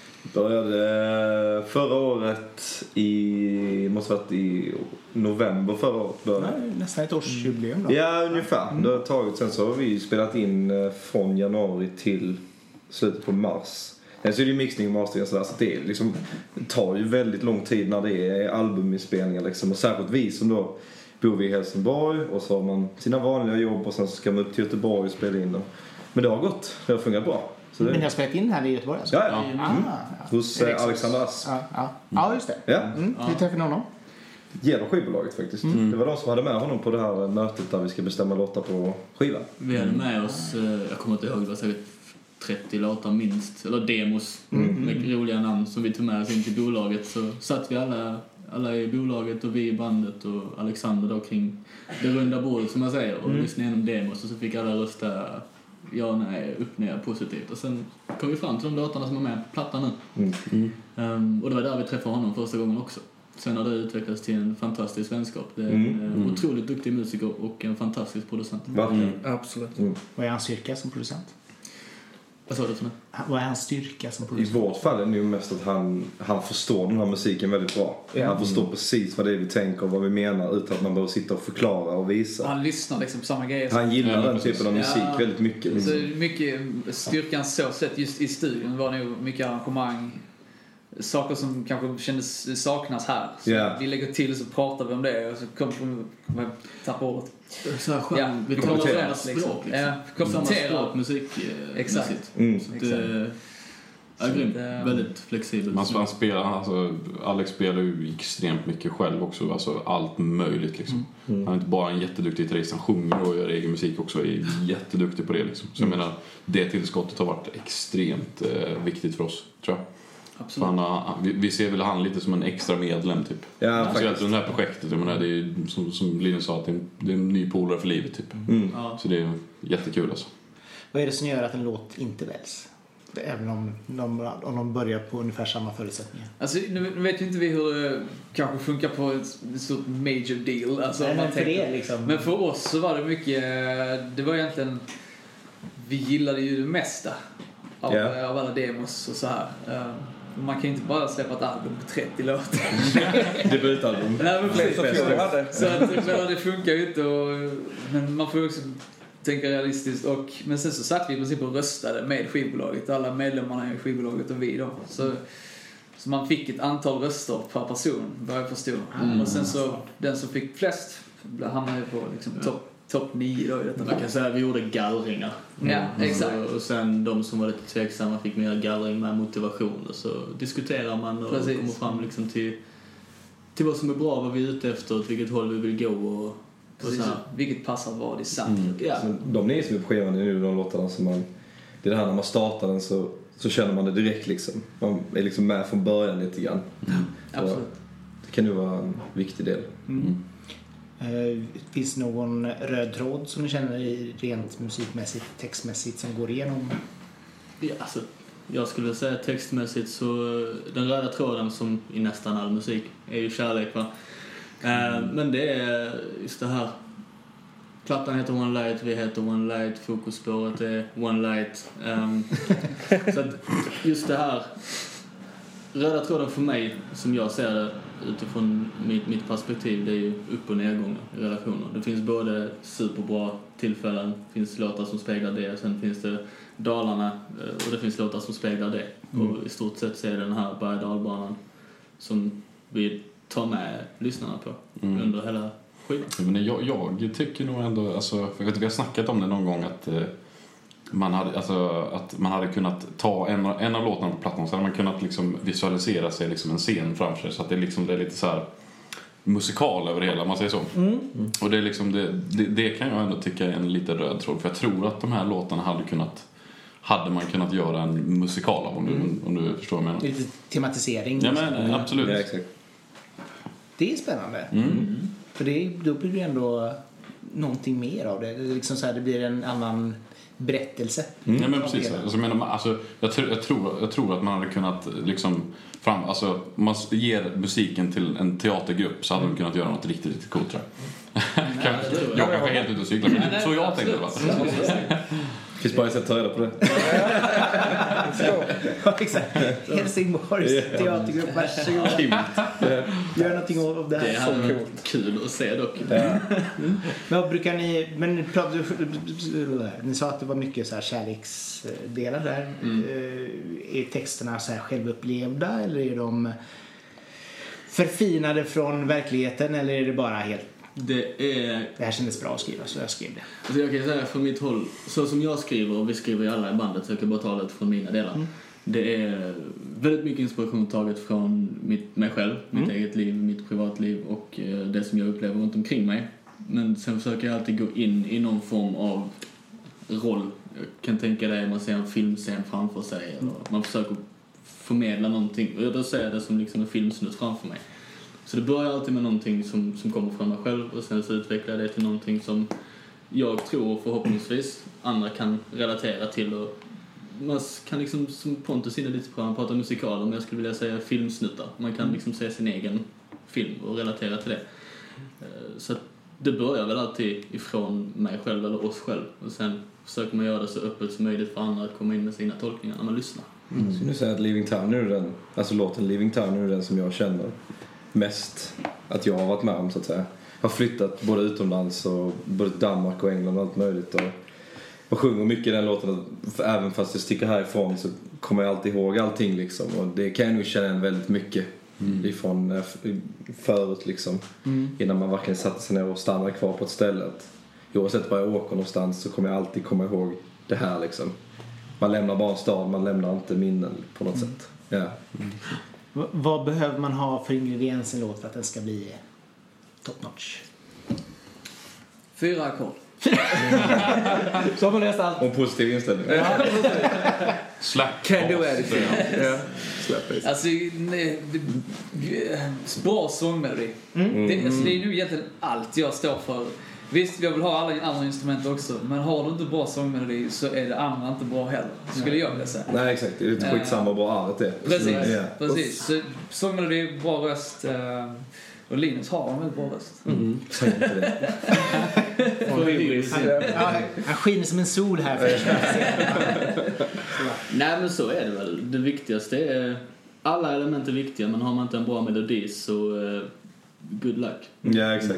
Började förra året måste varit i november förra året. Nästan ett årsjubileum då. Ja, ungefär. Det har tagit, sen så har vi spelat in från januari till slutet på mars. Sen så är det ju mixning och mastering och sådär, så det liksom tar ju väldigt lång tid när det är albuminspelningar liksom. Och särskilt vi som då bor vi i Helsingborg och så har man sina vanliga jobb och sen så ska man upp till Göteborg och spela in dem. Men det har gått, det har fungerat bra. Så Men ni har spelat in här i Göteborg alltså? Ja. Hos Alexander Asp. Ja, just det. Hur träffade ni honom? Genom skivbolaget faktiskt. Det var de som hade med honom på det här mötet där vi ska bestämma låtar på skivan. Vi hade med oss, jag kommer inte ihåg, det var säkert 30 låtar minst, eller demos med roliga namn som vi tog med oss in till bolaget. Så satt vi alla i bolaget och vi i bandet och Alexander då kring det runda bordet som man säger och lyssnade igenom demos och så fick alla rösta ja, nej, upp, ner, positivt. Och sen kom vi fram till de låtarna som är med på plattan nu. Och det var där vi träffade honom första gången också. Sen har det utvecklats till en fantastisk vänskap. Det är en otroligt duktig musiker och en fantastisk producent. Absolut. Vad är hans styrka som producent? Vad sa du för mig? Vad är hans styrka som I producent? vårt fall är det ju mest att han förstår den här musiken väldigt bra. Han förstår precis vad det är vi tänker och vad vi menar utan att man behöver sitta och förklara och visa. Han lyssnar liksom på samma grejer. Han gillar den typen av musik väldigt mycket. Liksom. Så mycket styrkan så sett just i studion var nog mycket arrangemang. Saker som kanske kändes saknas här. Så vi lägger till så pratar vi om det och så kommer vi tappa ordet. Så här skönt. Vi talar samma språk liksom. Samma språk, musik. Exakt. Ja, väldigt flexibel. Man spelar, alltså, Alex spelar ju extremt mycket själv också, alltså allt möjligt liksom. Han är inte bara en jätteduktig gitarrist, han sjunger och gör egen musik också, är jätteduktig på det liksom. Så jag menar, det tillskottet har varit extremt viktigt för oss, tror jag. Absolut. Vi ser väl han lite som en extra medlem typ. Ja, faktiskt. Så det här projektet, jag menar, det är ju som Linus sa, att det är en ny polare för livet typ. Så det är jättekul alltså. Vad är det som gör att en låt inte väljs? Även om de börjar på ungefär samma förutsättningar. Alltså, nu vet ju inte vi hur det kanske funkar på ett stort major deal. Alltså, men för det liksom. Men för oss så var det mycket, det var egentligen, vi gillade ju det mesta av alla demos och så här. Man kan ju inte bara släppa ett album på 30 låtar. Debutalbum. Nej, men precis. Så att, det funkar ju inte. Men man får också tänka realistiskt. Men sen så satt vi i princip och röstade med skivbolaget. Alla medlemmarna i skivbolaget och vi då. Så Så man fick ett antal röster per person, vad jag förstod. Och sen så, den som fick flest hamnade ju på liksom topp 9 då i detta. Man kan säga att vi gjorde gallringar. Ja, exakt. Och sen de som var lite tveksamma fick mer gallring med motivation. Och så diskuterar man och kommer fram liksom till vad som är bra, vad vi är ute efter, åt vilket håll vi vill gå och så här. Vilket passar vad i soundtrack. Ja. De ni som är på skivan är nu de låtarna som man... Det är det här när man startar den så känner man det direkt liksom. Man är liksom med från början lite grann. Absolut. Det kan ju vara en viktig del. Finns det någon röd tråd som ni känner i rent musikmässigt, textmässigt som går igenom? Ja, alltså, jag skulle säga textmässigt så den röda tråden som i nästan all musik är ju kärlek, va? Men det är just det här. Plattan heter One Light, vi heter One Light, fokusspåret är One Light. Så att just det här röda tråden för mig, som jag ser det utifrån mitt perspektiv, det är ju upp- och nedgångar i relationer. Det finns både superbra tillfällen, det finns låtar som speglar det, sen finns det dalarna och det finns låtar som speglar det. Och i stort sett så är det den här berg- och dalbanan som vi tar med lyssnarna på under hela skivan. Men jag tycker nog ändå, alltså, för vi har snackat om det någon gång att man hade kunnat ta en av låtarna på plattan, så hade man kunnat liksom visualisera sig liksom en scen framför sig, så att det är lite så här musikal över det hela, om man säger så. Och det är liksom det kan jag ändå tycka är en lite röd tråd, för jag tror att de här låtarna hade man kunnat göra en musikal av, om du förstår vad jag menar. Lite tematisering. Ja, men absolut. Ja, exakt. Det är spännande. För då blir det ändå någonting mer av det. Det är liksom så här, det blir en annan berättelse. Ja, men precis. Jag tror att man hade kunnat liksom om man ger musiken till en teatergrupp, så hade de kunnat göra något riktigt coolt, tror jag. Jag kanske är helt ute och cyklar, men så jag tänkte, va? Finns bara ett sätt att ta reda på det. Ja, exakt. Helsingborgs teatergrupp, varsågod. Gör någonting av det här. Det är kul att se dock. Men vad brukar ni... Ni sa att det var mycket så här kärleksdelar där. Är texterna så här självupplevda, eller är de förfinade från verkligheten, eller är det bara helt... Det här kändes bra att skriva, så jag skrev det. Alltså jag kan säga från mitt håll, så som jag skriver, och vi skriver ju alla i bandet, så jag kan bara ta lite från mina delar. Det är väldigt mycket inspiration taget från mig själv, mitt eget liv, mitt privatliv och det som jag upplever runt omkring mig. Men sen försöker jag alltid gå in i någon form av roll. Jag kan tänka dig, man ser en filmscen framför sig, eller man försöker förmedla någonting, och då ser jag det som liksom en filmsnutt framför mig. Så det börjar alltid med någonting som kommer från mig själv, och sen så utvecklar jag det till någonting som jag tror förhoppningsvis andra kan relatera till, och man kan liksom, som Pontus inne lite på, han pratar musikaler, men jag skulle vilja säga filmsnuttar. Man kan liksom se sin egen film och relatera till det. Så att det börjar väl alltid ifrån mig själv eller oss själv, och sen försöker man göra det så öppet som möjligt för andra att komma in med sina tolkningar när man lyssnar. Så nu säger att Leaving Town är den, alltså låten Leaving Town är den som jag känner mest att jag har varit med om, så att säga. Jag har flyttat både utomlands och både Danmark och England och allt möjligt, och sjunger mycket i den låten, även fast jag sticker härifrån så kommer jag alltid ihåg allting liksom, och det kan jag nog känna igen väldigt mycket ifrån förut liksom, innan man verkligen satte sig ner och stannade kvar på ett ställe. Oavsett var jag åker någonstans så kommer jag alltid komma ihåg det här liksom. Man lämnar bara en stad, man lämnar inte minnen på något sätt. Ja. Vad behöver man ha för ingredienser i en låt för att den ska bli top notch? 4 ackord. Så har man läst allt. Och en positiv inställning. Slap. Can do anything. Ja. Alltså, bra sångmelodi. Det är ju egentligen allt jag står för. Visst, jag vill ha alla andra instrument också, men har du inte bra sångmelodi så är det andra inte bra heller, skulle jag vilja säga. Nej, exakt. Det är lite skitsamma bra arvet det. Precis. Så sångmelodi, bra röst. Och Linus har en väldigt bra röst. Säg inte det. Han skiner som en sol här. Nej, men så är det väl. Det viktigaste är... Alla element är viktiga, men har man inte en bra melodi så... good luck. Ja, exakt.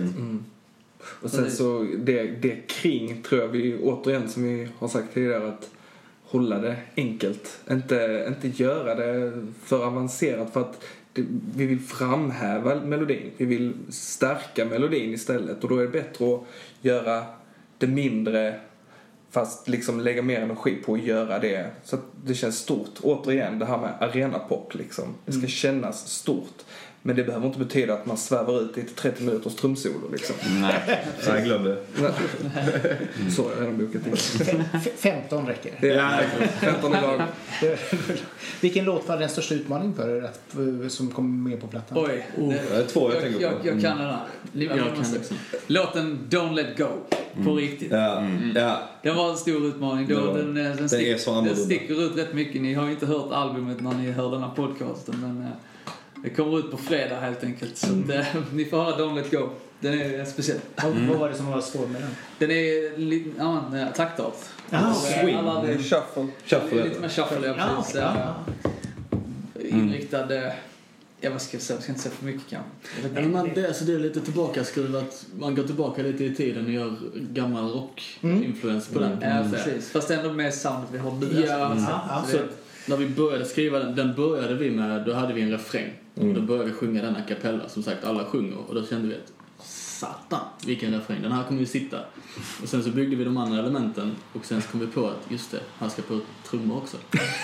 Och sen så det kring tror jag vi återigen, som vi har sagt tidigare, att hålla det enkelt. Inte göra det för avancerat, för att vi vill framhäva melodin. Vi vill stärka melodin istället. Och då är det bättre att göra det mindre, fast liksom lägga mer energi på att göra det så att det känns stort. Återigen, det här med arenapop liksom. Det ska kännas stort. Men det behöver inte betyda att man svävar ut i ett 30 minuters trumsolo liksom. Nej, jag glömde. Så är redan bokat in. 15 räcker. Ja, 15 idag. Vilken låt var den största utmaningen för er som kom med på plattan? Oj. Det är 2 jag tänker på. Jag kan den här. Jag kan också. Låten Don't Let Go. På riktigt. Ja. Det var en stor utmaning. Den är så annorlunda. Den sticker ut rätt mycket. Ni har ju inte hört albumet när ni hör den här podcasten. Men det kommer ut på fredag helt enkelt. Så ni får höra Don't Let Go. Den är speciell. Vad var det som var svårt med den? Den är taktart. Swing. Shuffle. Lite mer shuffle, ja, precis. Inriktad... vad ska jag säga? Jag ska inte säga för mycket kanske. Det är lite tillbaka skruvat. Man går tillbaka lite i tiden och gör gammal rock-influens på den. Ja, precis. Fast ändå med soundet vi har nu. Så när vi började skriva den började vi med, då hade vi en refräng. Då började vi sjunga den a cappella. Som sagt, alla sjunger. Och då kände vi att satan, vilken refräng. Den här kommer vi sitta. Och sen så byggde vi de andra elementen. Och sen så kom vi på att just det, han ska på trummor också.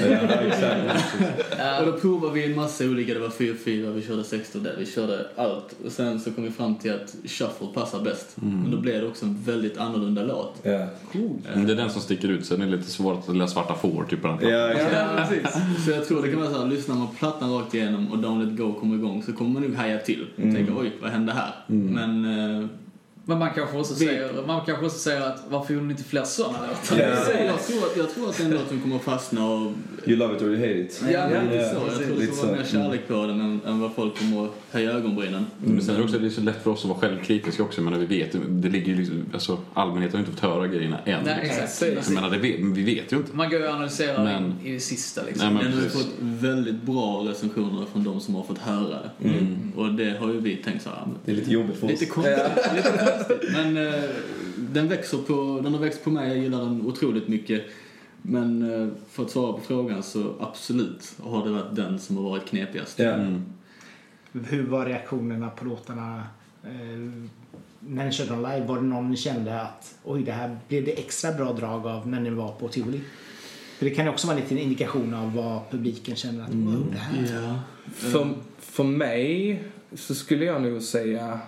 Och då provade vi en massa olika. Det var 4-4, vi körde 16 där, vi körde allt. Och sen så kom vi fram till att shuffle passar bäst. Men då blev det också en väldigt annorlunda låt. Ja. Cool. Det är den som sticker ut, sen är det lite svårt att läsa svarta får typ på den. Ja, precis. Så jag tror det kan vara så här, lyssnar man på plattan rakt igenom och Don't Let Go kommer igång, så kommer man nog haja till. Tänka, oj, vad hände här? Men man kanske också säger att varför gjorde ni inte fler sådana låtar? Jag tror att den låten kommer att fastna och... You love it or you hate it. Ja, lite så. Jag tror det kommer mer kärlek på den än vad folk kommer att höja ögonbrynen. Men sen är det också, det är så lätt för oss att vara självkritiska också, men vi vet, det ligger liksom, alltså allmänheten har inte fått höra grejerna än. Nej, exakt. Jag menar, vi vet ju inte. Man går ju och analyserar i det sista liksom. Nej, men vi har fått väldigt bra recensioner från de som har fått höra det. Och det har ju vi tänkt så här. Det är lite jobbigt för oss. Lite konstigt. Men den har växt på mig. Jag gillar den otroligt mycket. Men för att svara på frågan så absolut har det varit den som har varit knepigast. Hur var reaktionerna på låtarna när ni körde dem live? Var det någon ni kände att oj, det här blev det extra bra drag av när ni var på Tivoli? För det kan ju också vara lite en indikation av vad publiken känner att det här. För mig så skulle jag nog säga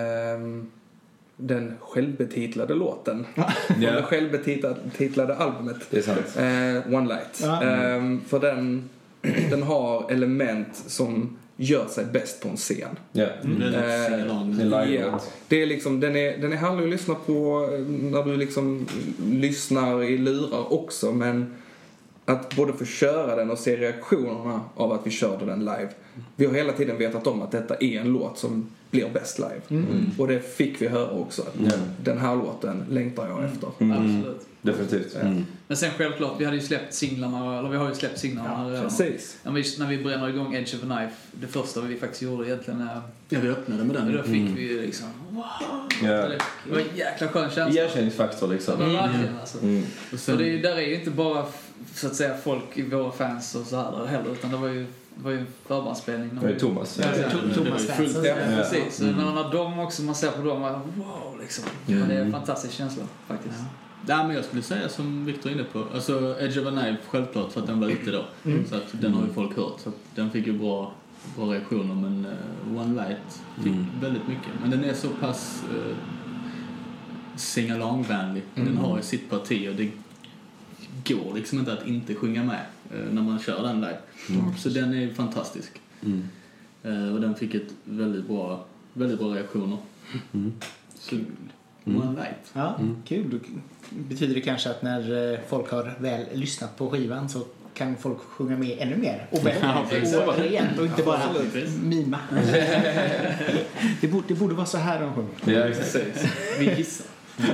den självbetitlade låten. Det självbetitlade albumet. Det är sant. One Light. För den har element som gör sig bäst på en scen. Det är liksom, den är härlig att lyssna på när du liksom lyssnar i lurar också, men att både få köra den och se reaktionerna av att vi körde den live. Vi har hela tiden vetat om att detta är en låt som blir bäst live. Och det fick vi höra också. Den här låten längtar jag efter. Absolut. Definitivt. Men sen självklart, vi har ju släppt singlarna redan. Precis. När vi bränner igång Edge of a Knife, det första vi faktiskt gjorde egentligen vi öppnade med den. Då fick vi ju liksom wow. Det var en jäkla skön känsla. Erkänningsfaktor liksom. Verkligen alltså. Och där är ju inte bara så att säga folk i våra fans och så här heller, utan det var ju en förbandsspelning. Det var ju Thomas. Thomas fans. Precis. Så när de också, man ser på dem, wow liksom. Det är en fantastisk känsla faktiskt. Ja, men jag skulle säga som Victor är inne på. Alltså Edge of a Knife, självklart, för att den var ute då. Så att den har ju folk hört. Så att den fick ju bra reaktioner. Men One Light fick väldigt mycket. Men den är så pass sing-along-vänlig. Den har ju sitt parti och det går liksom inte att inte sjunga med när man kör den live. Så den är fantastisk. Och den fick ett väldigt bra reaktioner. Så One Light. Ja, kul. Betyder det kanske att när folk har väl lyssnat på skivan så kan folk sjunga med ännu mer och bättre och inte bara mima. Det borde vara så här de sjunger. Ja, precis. Vi gissar.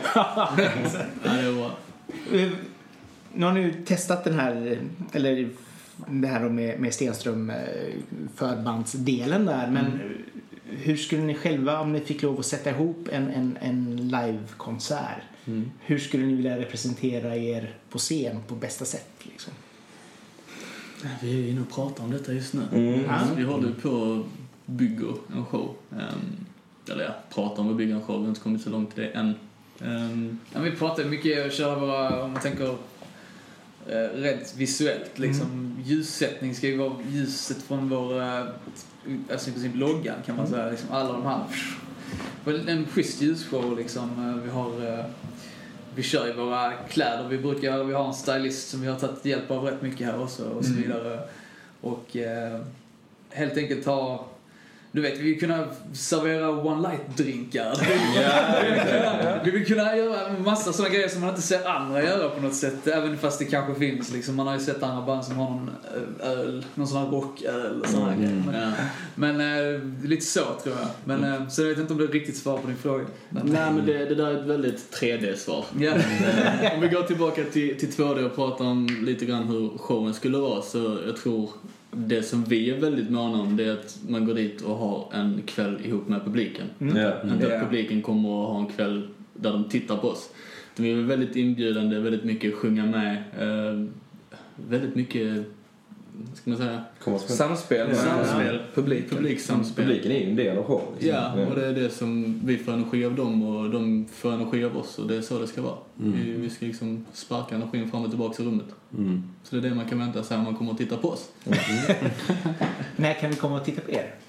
Nu har ni testat den här, eller det här med Stenström förbandsdelen där, men hur skulle ni själva, om ni fick lov att sätta ihop en livekonsert, Hur skulle ni vilja representera er på scen på bästa sätt liksom? Vi är ju inne och pratar om detta just nu. Vi håller på att bygga en show. Pratar om att bygga en show. Vi har inte kommit så långt till det än. Vi pratar mycket och kör våra, om man tänker rätt visuellt liksom. Ljussättning ska ju vara ljuset från vår alltså i princip loggan kan man säga liksom, alla de här en schysst ljusshow liksom. Vi kör i våra kläder. Vi har en stylist som vi har tagit hjälp av rätt mycket här också och så vidare. Och helt enkelt du vet, vi vill kunna servera one-light-drinkar. Vi vill kunna göra en massa sådana grejer som man inte ser andra göra på något sätt. Även fast det kanske finns. Liksom. Man har ju sett andra band som har någon öl, någon sån här rocköl och sådana grejer. Men lite så tror jag. Men så jag vet inte om det är riktigt svar på din fråga. Nej, men det där är ett väldigt 3D-svar. Om vi går tillbaka till 2D och pratar om lite grann hur showen skulle vara, så jag tror det som vi är väldigt måna om, det är att man går dit och har en kväll ihop med publiken. Inte att publiken kommer att ha en kväll där de tittar på oss. Vi är väldigt inbjudande, väldigt mycket sjunga med, väldigt mycket, vad ska man säga? Samspel. Publiksamspel. Publiken är ju en del av showen. Liksom. Ja, och det är det som vi får energi av dem och de får energi av oss, och det är så det ska vara. Vi ska liksom sparka energin fram och tillbaka i rummet. Så det är det man kan vänta sig om man kommer att titta på oss. När kan vi komma och titta på er?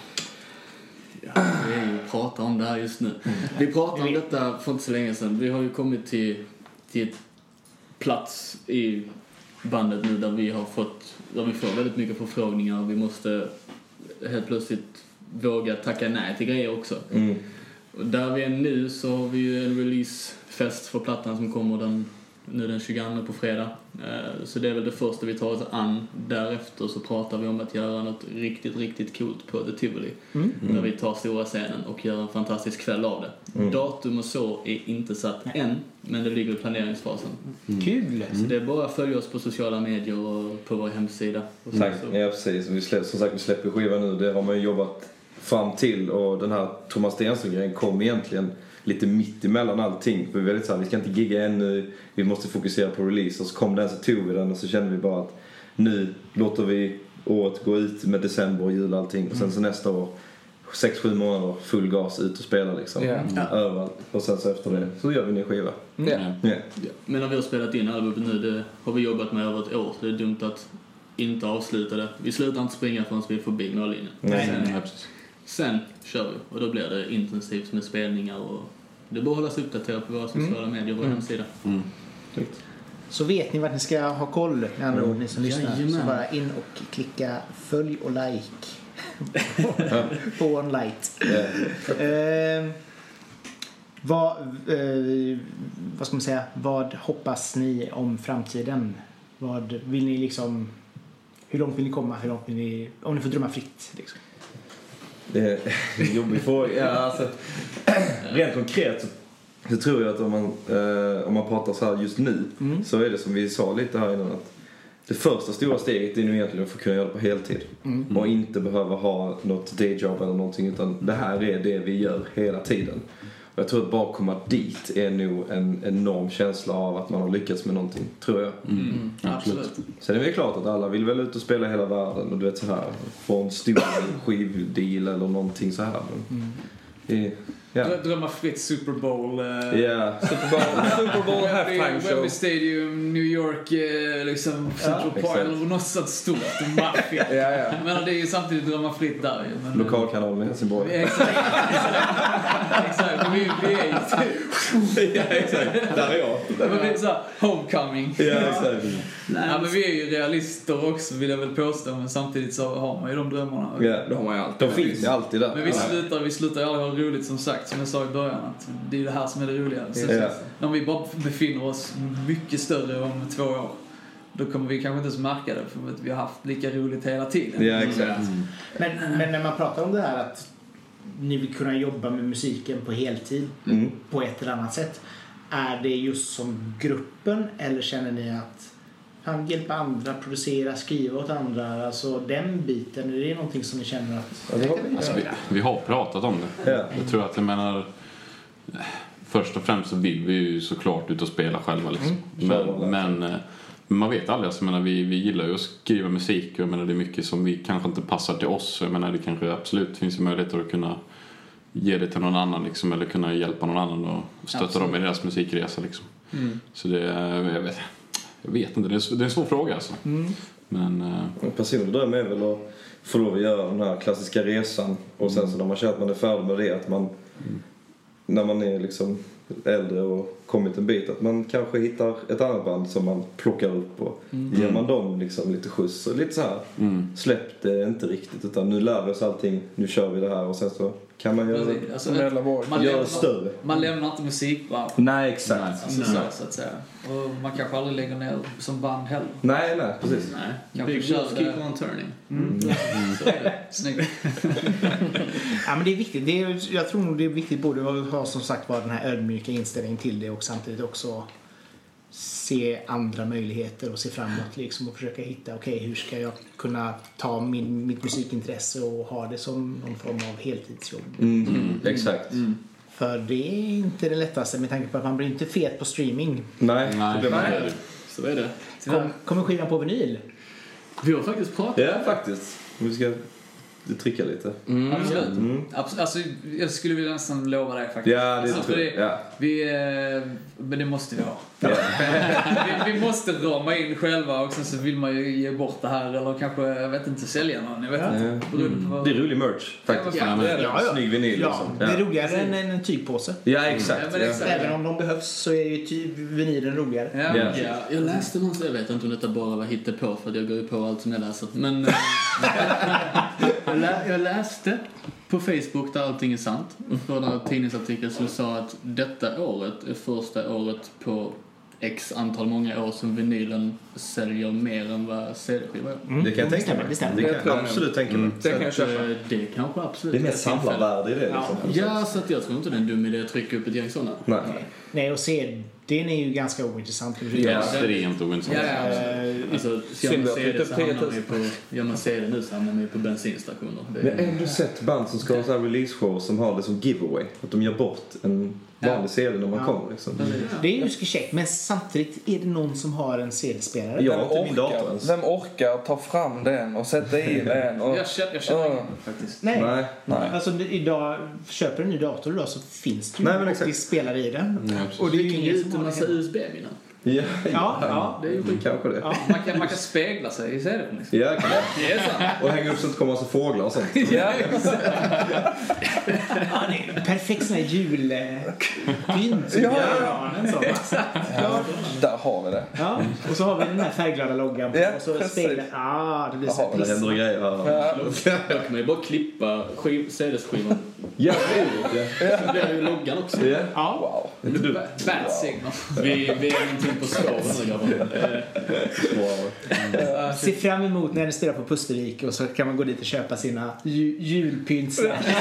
Vi är ju pratar om det här just nu. Vi pratade om detta för inte så länge sedan. Vi har ju kommit till ett plats i bandet nu där vi får väldigt mycket förfrågningar. Vi måste helt plötsligt våga tacka nej till grejer också. Och där vi är nu så har vi ju en releasefest för plattan som kommer den 22 på fredag. Så det är väl det första vi tar oss an. Därefter så pratar vi om att göra något riktigt, riktigt coolt på The Tivoli. Där vi tar stora scenen och gör en fantastisk kväll av det. Datum och så är inte satt än, men det ligger i planeringsfasen. Kul! Så det är bara att följa oss på sociala medier och på vår hemsida. Och Tack, ja precis. Vi släpper skiva nu. Det har man ju jobbat fram till, och den här Thomas Stenström-grejen kom egentligen lite mitt emellan allting. För vi är väldigt så här, vi ska inte gigga ännu, vi måste fokusera på release. Och så kom den, så tog vi den och så kände vi bara att nu låter vi året gå ut med december och jul och allting. Och sen så nästa år 6-7 månader full gas ut och spela liksom. Överallt. Och sen så efter det så gör vi en ny skiva. Men när vi har spelat in albumet nu, det har vi jobbat med över ett år. Så det är dumt att inte avsluta det. Vi slutar inte springa förrän vi är förbi mållinjen. Sen kör vi, och då blir det intensivt med spelningar, och det bör hållas uppdaterat på våra sociala medier och vår hemsida. Så vet ni vart ni ska ha koll, med andra ord, ni som lyssnar. Så bara in och klicka följ och like på One Light. Vad ska man säga? Vad hoppas ni om framtiden? Vad vill ni liksom? Hur långt vill ni komma? Om ni får drömma fritt liksom? Det är en jobbig fråga. Ja, alltså, rent konkret så tror jag att om man pratar så här just nu, så är det som vi sa lite här innan, att det första stora steget är nu egentligen att få kunna göra det på heltid. Och inte behöva ha något dayjob eller någonting, utan det här är det vi gör hela tiden. Och jag tror att bara komma dit är nog en enorm känsla av att man har lyckats med någonting, tror jag. Absolut. Sen är det klart att alla vill väl ut och spela hela världen, och du vet så här, få en stor skivdeal eller någonting så här. Drömma fritt Super Bowl. Super Bowl halftime show. Wembley Stadium, New York, liksom Central Park eller något sånt stort. Maffia. Men det är ju samtidigt drömma fritt där. Lokalkanalen i Helsingborg. Exakt. Vi är ju exakt. Där är jag. Men det är så här, homecoming. Exakt. Ja, men vi är ju realister också, vill jag väl påstå, men samtidigt så har man ju de drömmarna. Ja, det har man ju alltid. De finns ju alltid där. Men vi slutar ju aldrig ha roligt, som sagt, som jag sa i början, att det är det här som är det roliga. När vi bara befinner oss mycket större om 2 år, då kommer vi kanske inte ens märka det, för att vi har haft lika roligt hela tiden. Ja, exakt. Men när man pratar om det här att ni vill kunna jobba med musiken på heltid på ett eller annat sätt, är det just som gruppen, eller känner ni att han hjälper andra, producera, skriva åt andra, alltså den biten, är det någonting som ni känner att vi har pratat om det. Jag tror att först och främst så vill vi ju såklart ut och spela själva liksom. Men man vet aldrig, alltså, jag menar, vi gillar ju att skriva musik och jag menar, det är mycket som vi kanske inte passar till oss. Jag menar, det kanske absolut finns ju möjligheter att kunna ge det till någon annan liksom, eller kunna hjälpa någon annan och stötta dem i deras musikresa liksom. Så det, jag vet inte, det är en svår fråga alltså. Men personligen dröm är väl att få lov att göra den här klassiska resan och sen så när man känner att man är färdig med det, att man när man är liksom äldre och kommit en bit, att man kanske hittar ett annat band som man plockar upp och ger man dem liksom lite skjuts och lite så här släpp det inte riktigt, utan nu lär vi oss allting, nu kör vi det här och sen så kan man göra göra större. Man lämnar inte musikbranschen. Nej, exakt. Så att säga. Och man kanske aldrig lägger ner som band heller. Nej, precis. Big wheels keep on turning. Så är det. Snyggt. Ja, men det är viktigt. Jag tror nog det är viktigt både att ha som sagt var den här ödmjuka inställningen till det och samtidigt också se andra möjligheter och se framåt liksom, och försöka hitta hur ska jag kunna ta mitt musikintresse och ha det som någon form av heltidsjobb. Exakt. För det är inte det lättaste med tanke på att man blir inte fet på streaming. Nej. Så är det. Kommer skivan på vinyl? Vi har faktiskt pratat. Ja, faktiskt. Vi ska trycka lite. Absolut. Alltså, jag skulle vilja nästan lova dig faktiskt. Ja, det tror jag. Men det måste vi ha. Vi måste rama in själva och sen så vill man ju ge bort det här eller kanske, jag vet inte, sälja någon. Jag vet inte. Det är rolig merch faktiskt. Snygg vinyl liksom. Det är roligare än en tygpåse. Ja, exakt. Även om de behövs så är ju vinylen roligare. Jag läste någonstans, jag vet inte om detta bara var hittepå för jag går ju på allt som jag läser. Men jag läste på Facebook där allting är sant. Från en tidningsartikel som sa att detta året är första året på x antal många år som vinylen säljer mer än vad CD-skiva gör. Det kan jag tänka mig. Det kan jag absolut tänka mig. Det kan jag köpa. Det kanske absolut det är mer samlarvärde i det liksom. Ja, så att jag tror inte det är en dum idé att trycka upp ett gäng sådana. Nej, och den är ju ganska ointressant. det är inte ointressant. Alltså, gör man CD nu så hamnar man ju på bensinstationer. Men har du sett band som ska ha så här release-show som har det som giveaway? Att de gör bort en vanlig CD när man kommer liksom. Det är ju käckt, men samtidigt är det någon som har en CD-spelare. Vem orkar ta fram den och sätta i den? Och... Jag känner faktiskt. Nej. Alltså idag, köper du en ny dator idag så finns det ju faktiskt spelare i den. Och det är ju ingen en massa USB-minnen. Ja, det är ju kanske det. Ja, man kan spegla sig i serien liksom. Ja, det är sant. Och hänga upp så att det kommer massa fåglar och sånt. Det är perfekt sån här julpynt. Där har vi det. Ja, och så har vi den här färgglada loggan på, och så speglar. Det blir så det händer grejer. Då kan man ju bara klippa CD-skivan. Ja, så blir det ju loggan också. Ja. Wow. Bad signal. Vi är någonting på spåren. Se fram emot när ni spelar på Pustervik och så kan man gå dit och köpa sina julpynt.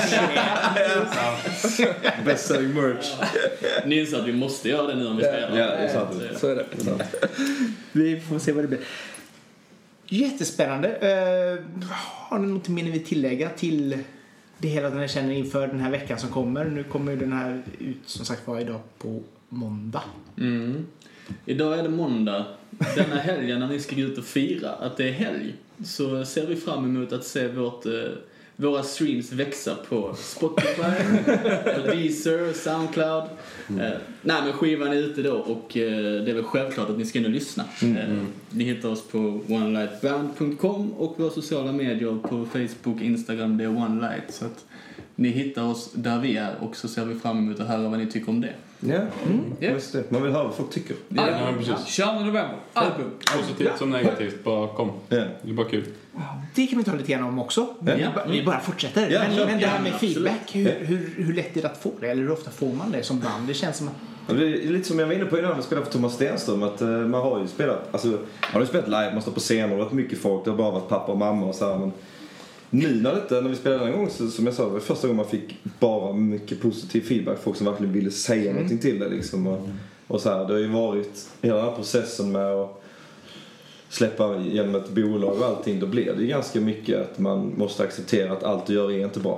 Best selling merch. Ni inser att vi måste göra det nu om vi spelar. Ja, det är sant. Så är det. Vi får se vad det blir. Jättespännande. Har ni något mer ni vill tillägga till det hela den här känner inför den här veckan som kommer? Nu kommer ju den här ut som sagt var idag på måndag. Idag är det måndag. Denna helgen när ni ska gå ut och fira att det är helg så ser vi fram emot att se våra streams växa på Spotify, Deezer, Soundcloud. Nej, men skivan är ute då och det är väl självklart att ni ska nu lyssna. Ni hittar oss på onelightband.com och våra sociala medier på Facebook, Instagram, det är OneLight. Så att ni hittar oss där vi är och så ser vi fram emot att höra vad ni tycker om det. Just det. Man vill höra vad folk tycker. Ja, precis. 22 november. Album. Positivt som negativt, bara kom. Det är bara kul. Det kan vi ta lite grann om också. Vi bara fortsätter. Men det här med feedback, hur lätt är det att få det? Eller hur ofta får man det som band? Det känns som att... Det är lite som jag var inne på innan när jag spelade för Thomas Stenström, att man har ju spelat, alltså man har ju spelat live, man står på scen och det har varit mycket folk, det har bara varit pappa och mamma och så här, men nu när vi spelade en gång så, som jag sa, det var första gången man fick bara mycket positiv feedback, folk som verkligen ville säga någonting till det liksom, och så här, det har ju varit hela den här processen med att släppa genom ett bolag och allting, då blir det ju ganska mycket att man måste acceptera att allt du gör är inte bra.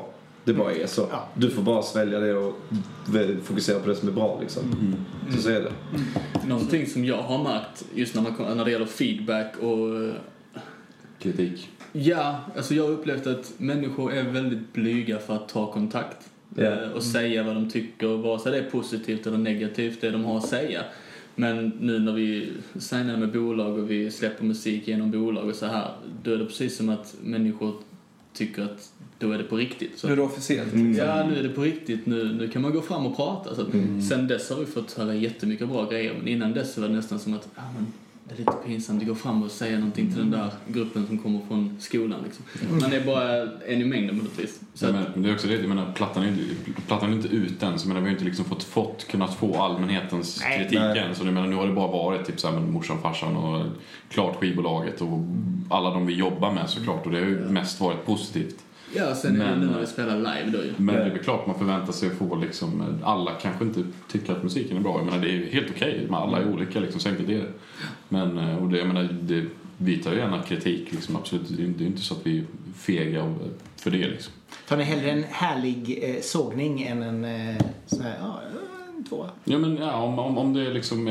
Det bara är så. Ja. Du får bara svälja det och fokusera på det som är bra liksom. Så är det. Någonting som jag har märkt just när det gäller feedback och Kritik. ja, alltså jag har upplevt att människor är väldigt blyga för att ta kontakt och säga vad de tycker, vare sig det är positivt eller negativt det de har att säga. Men nu när vi signar med bolag och vi släpper musik genom bolag och så här, då är det precis som att människor tycker att då är det på riktigt. Så Nu är det officiellt. ja, nu är det på riktigt. Nu kan man gå fram och prata. Så att sen dess har vi fått höra jättemycket bra grejer. Men innan dess var det nästan som att men det är lite pinsamt att gå fram och säga någonting till den där gruppen som kommer från skolan. Liksom. Man är bara en i mängden på något vis. Så Men det är också det, jag menar, plattan är inte ut än, så menar, vi har inte liksom kunnat få allmänhetens kritik än. Så jag menar, nu har det bara varit typ så här med morsan, farsan och klart skivbolaget och alla de vi jobbar med såklart, och det har ju mest varit positivt. ja, sen är det nu när vi spelar live då ju. Men det är väl klart man förväntar sig att få liksom, alla kanske inte tycker att musiken är bra. Jag menar, det är ju helt okej, men alla är olika liksom, så enkelt är det. Men och det, jag menar, vi tar ju gärna kritik liksom, absolut. Det är inte så att vi är fega för det liksom. Tar ni hellre en härlig sågning än en så här, en tvåa? Ja, men ja, om det är liksom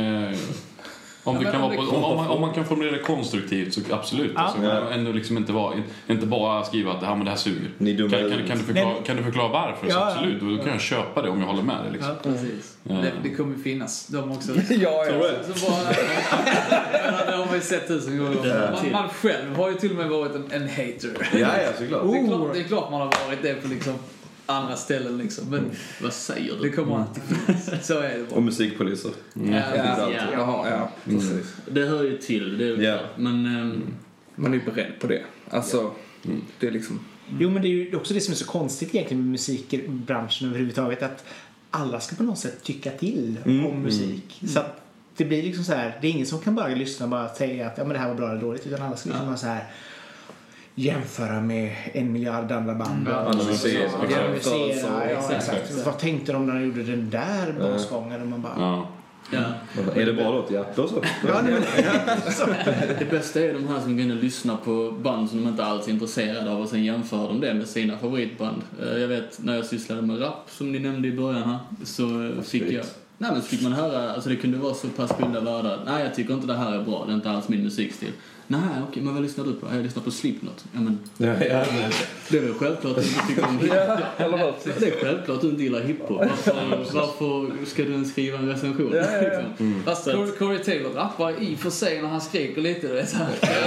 om man kan formulera det konstruktivt så absolut. Ja. Alltså, ändå liksom inte bara skriva att det här suger. Kan du förklara varför? Så absolut, och då kan jag köpa det om jag håller med dig liksom. Ja, precis. Det kommer ju finnas. De också. Ja. Så bara, det har man ju sett tusen gånger. Man själv har ju till och med varit en hater. Ja, såklart. Det är klart man har varit det på liksom andra ställen liksom. Men Vad säger du? det kommer alltid finnas. Så är det bara. Och musikpoliser. Ja, precis. Det hör ju till. Det är Ja. men Man är ju beredd på det. Alltså, det är liksom... Jo, men det är ju också det som är så konstigt egentligen med musikbranschen överhuvudtaget, att alla ska på något sätt tycka till om musik. Så att det blir liksom så här, det är ingen som kan bara lyssna och bara säga att ja, men det här var bra eller dåligt, utan alla ska liksom vara så här, jämföra med 1 miljard andra band. Analysera. Exakt. Vad tänkte de när de gjorde den där basgången? Och man bara... ja. Är det bra låt? Ja, då så. Det bästa är de här som går in och lyssnar på band som de inte alls är intresserade av och sen jämför de det med sina favoritband. Jag vet, när jag sysslade med rap som ni nämnde i början här, så fick man höra, alltså det kunde vara så pass skilda världar. Nej, jag tycker inte det här är bra, det är inte alls min musikstil. Nej, okej, men vad lyssnar du på? Jag lyssnar på Slipknot. Ja, men det är väl självklart att du inte tycker om hiphop. Det är självklart att du inte gillar hiphop. Varför ska du skriva en recension? Fast Corey Taylor rappar i för sig när han skriker lite, du vet så här.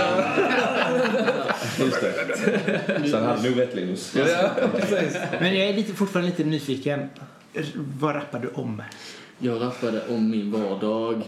Just det. Sen hade nog rätt, Linus. Men jag är fortfarande lite nyfiken. Vad rappar du om? Jag rappade om min vardag.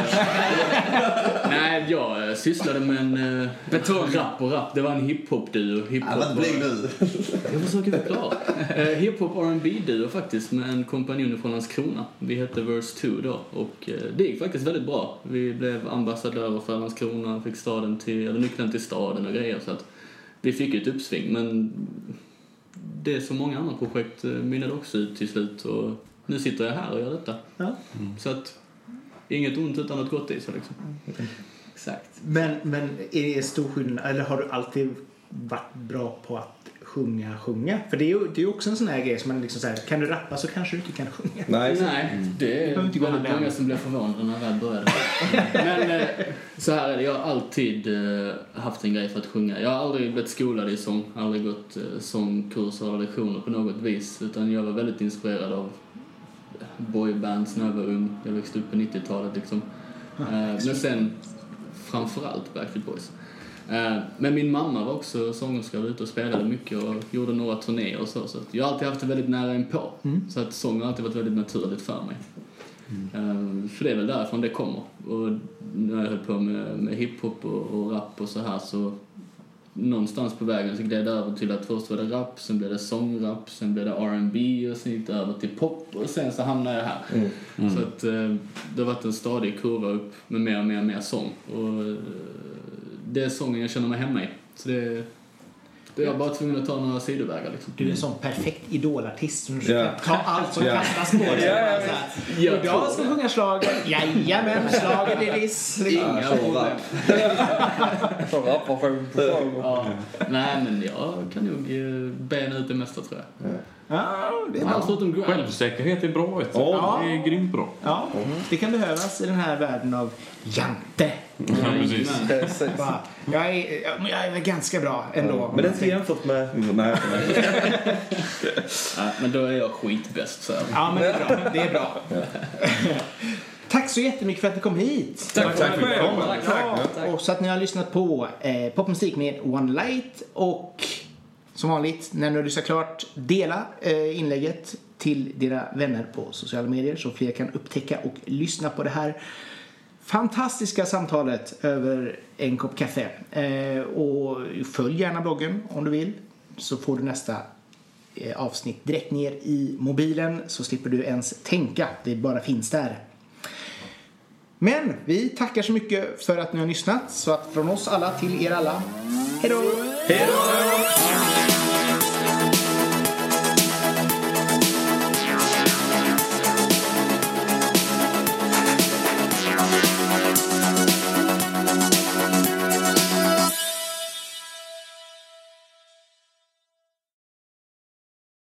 Nej, jag sysslade med en rap. Det var en hiphop-duo. Jag försöker förklara. Hiphop R&B-duo faktiskt, med en kompanjon från Landskrona. Vi hette Verse 2 då. Och det gick faktiskt väldigt bra. Vi blev ambassadörer för Landskrona, fick nyckeln till staden och grejer. Så att vi fick ett uppsving. Men det är så många andra projekt mynnade också ut till slut. Och nu sitter jag här och gör detta. Ja. Så att inget ont utan något gott i sig liksom. Exakt. Men är det stor skillnad, eller har du alltid varit bra på att sjunga? För det är ju också en sån här grej som man liksom säger, kan du rappa så kanske du inte kan sjunga. Nej, det är väldigt många som blev förvånade när jag väl började. Men så här är det, jag har alltid haft en grej för att sjunga. Jag har aldrig blivit skolad i sång, aldrig gått sångkurser eller lektioner på något vis, utan jag var väldigt inspirerad av boybands när jag var ung. Jag växte upp på 90-talet liksom. Men sen framförallt Backstreet Boys. Men min mamma var också sångerska och ute och spelade mycket och gjorde några turnéer och så att jag har alltid haft det väldigt nära inpå. Så att sång har alltid varit väldigt naturligt för mig. För det är väl därifrån det kommer. Och när jag höll på med hiphop och rap och så här, så någonstans på vägen så gled det över till att först var det rap, sen blev det sångrap, sen blev det R&B och sen gick det över till pop och sen så hamnade jag här. Så att det har varit en stadig kurva upp med mer sång. Och det är sången jag känner mig hemma i. Så det är bara tvungen att ta några sidovägar liksom. Du är en sån perfekt idolartist som ta allt som kastas på dig. Jag ska sjunga slager. Jajamän, slager det viss. Inga problem. Så rappar på Nej, men jag kan nog bena ut det mesta, tror jag. Ja, det är Han har bra. stått en grind. Självsäkerhet är bra, vet du. Ja. Det är grymt bra. Ja, det kan behövas i den här världen av jante. Ja, precis. Precis. Bara, jag är väl ganska bra ändå. Men det är inte jämfört med... Nej. Ja, men då är jag skitbäst så här. Ja, men det är bra. Det är bra. Tack så jättemycket för att ni kom hit. Tack själv. Ja, och så att ni har lyssnat på popmusik med One Light. Och som vanligt, när ni har lyssnat klart, dela inlägget till dina vänner på sociala medier så fler kan upptäcka och lyssna på det här fantastiska samtalet över en kopp kaffe. Och följ gärna bloggen om du vill, så får du nästa avsnitt direkt ner i mobilen, så slipper du ens tänka, det bara finns där. Men vi tackar så mycket för att ni har lyssnat, så att från oss alla till er alla, hej då! Hej då!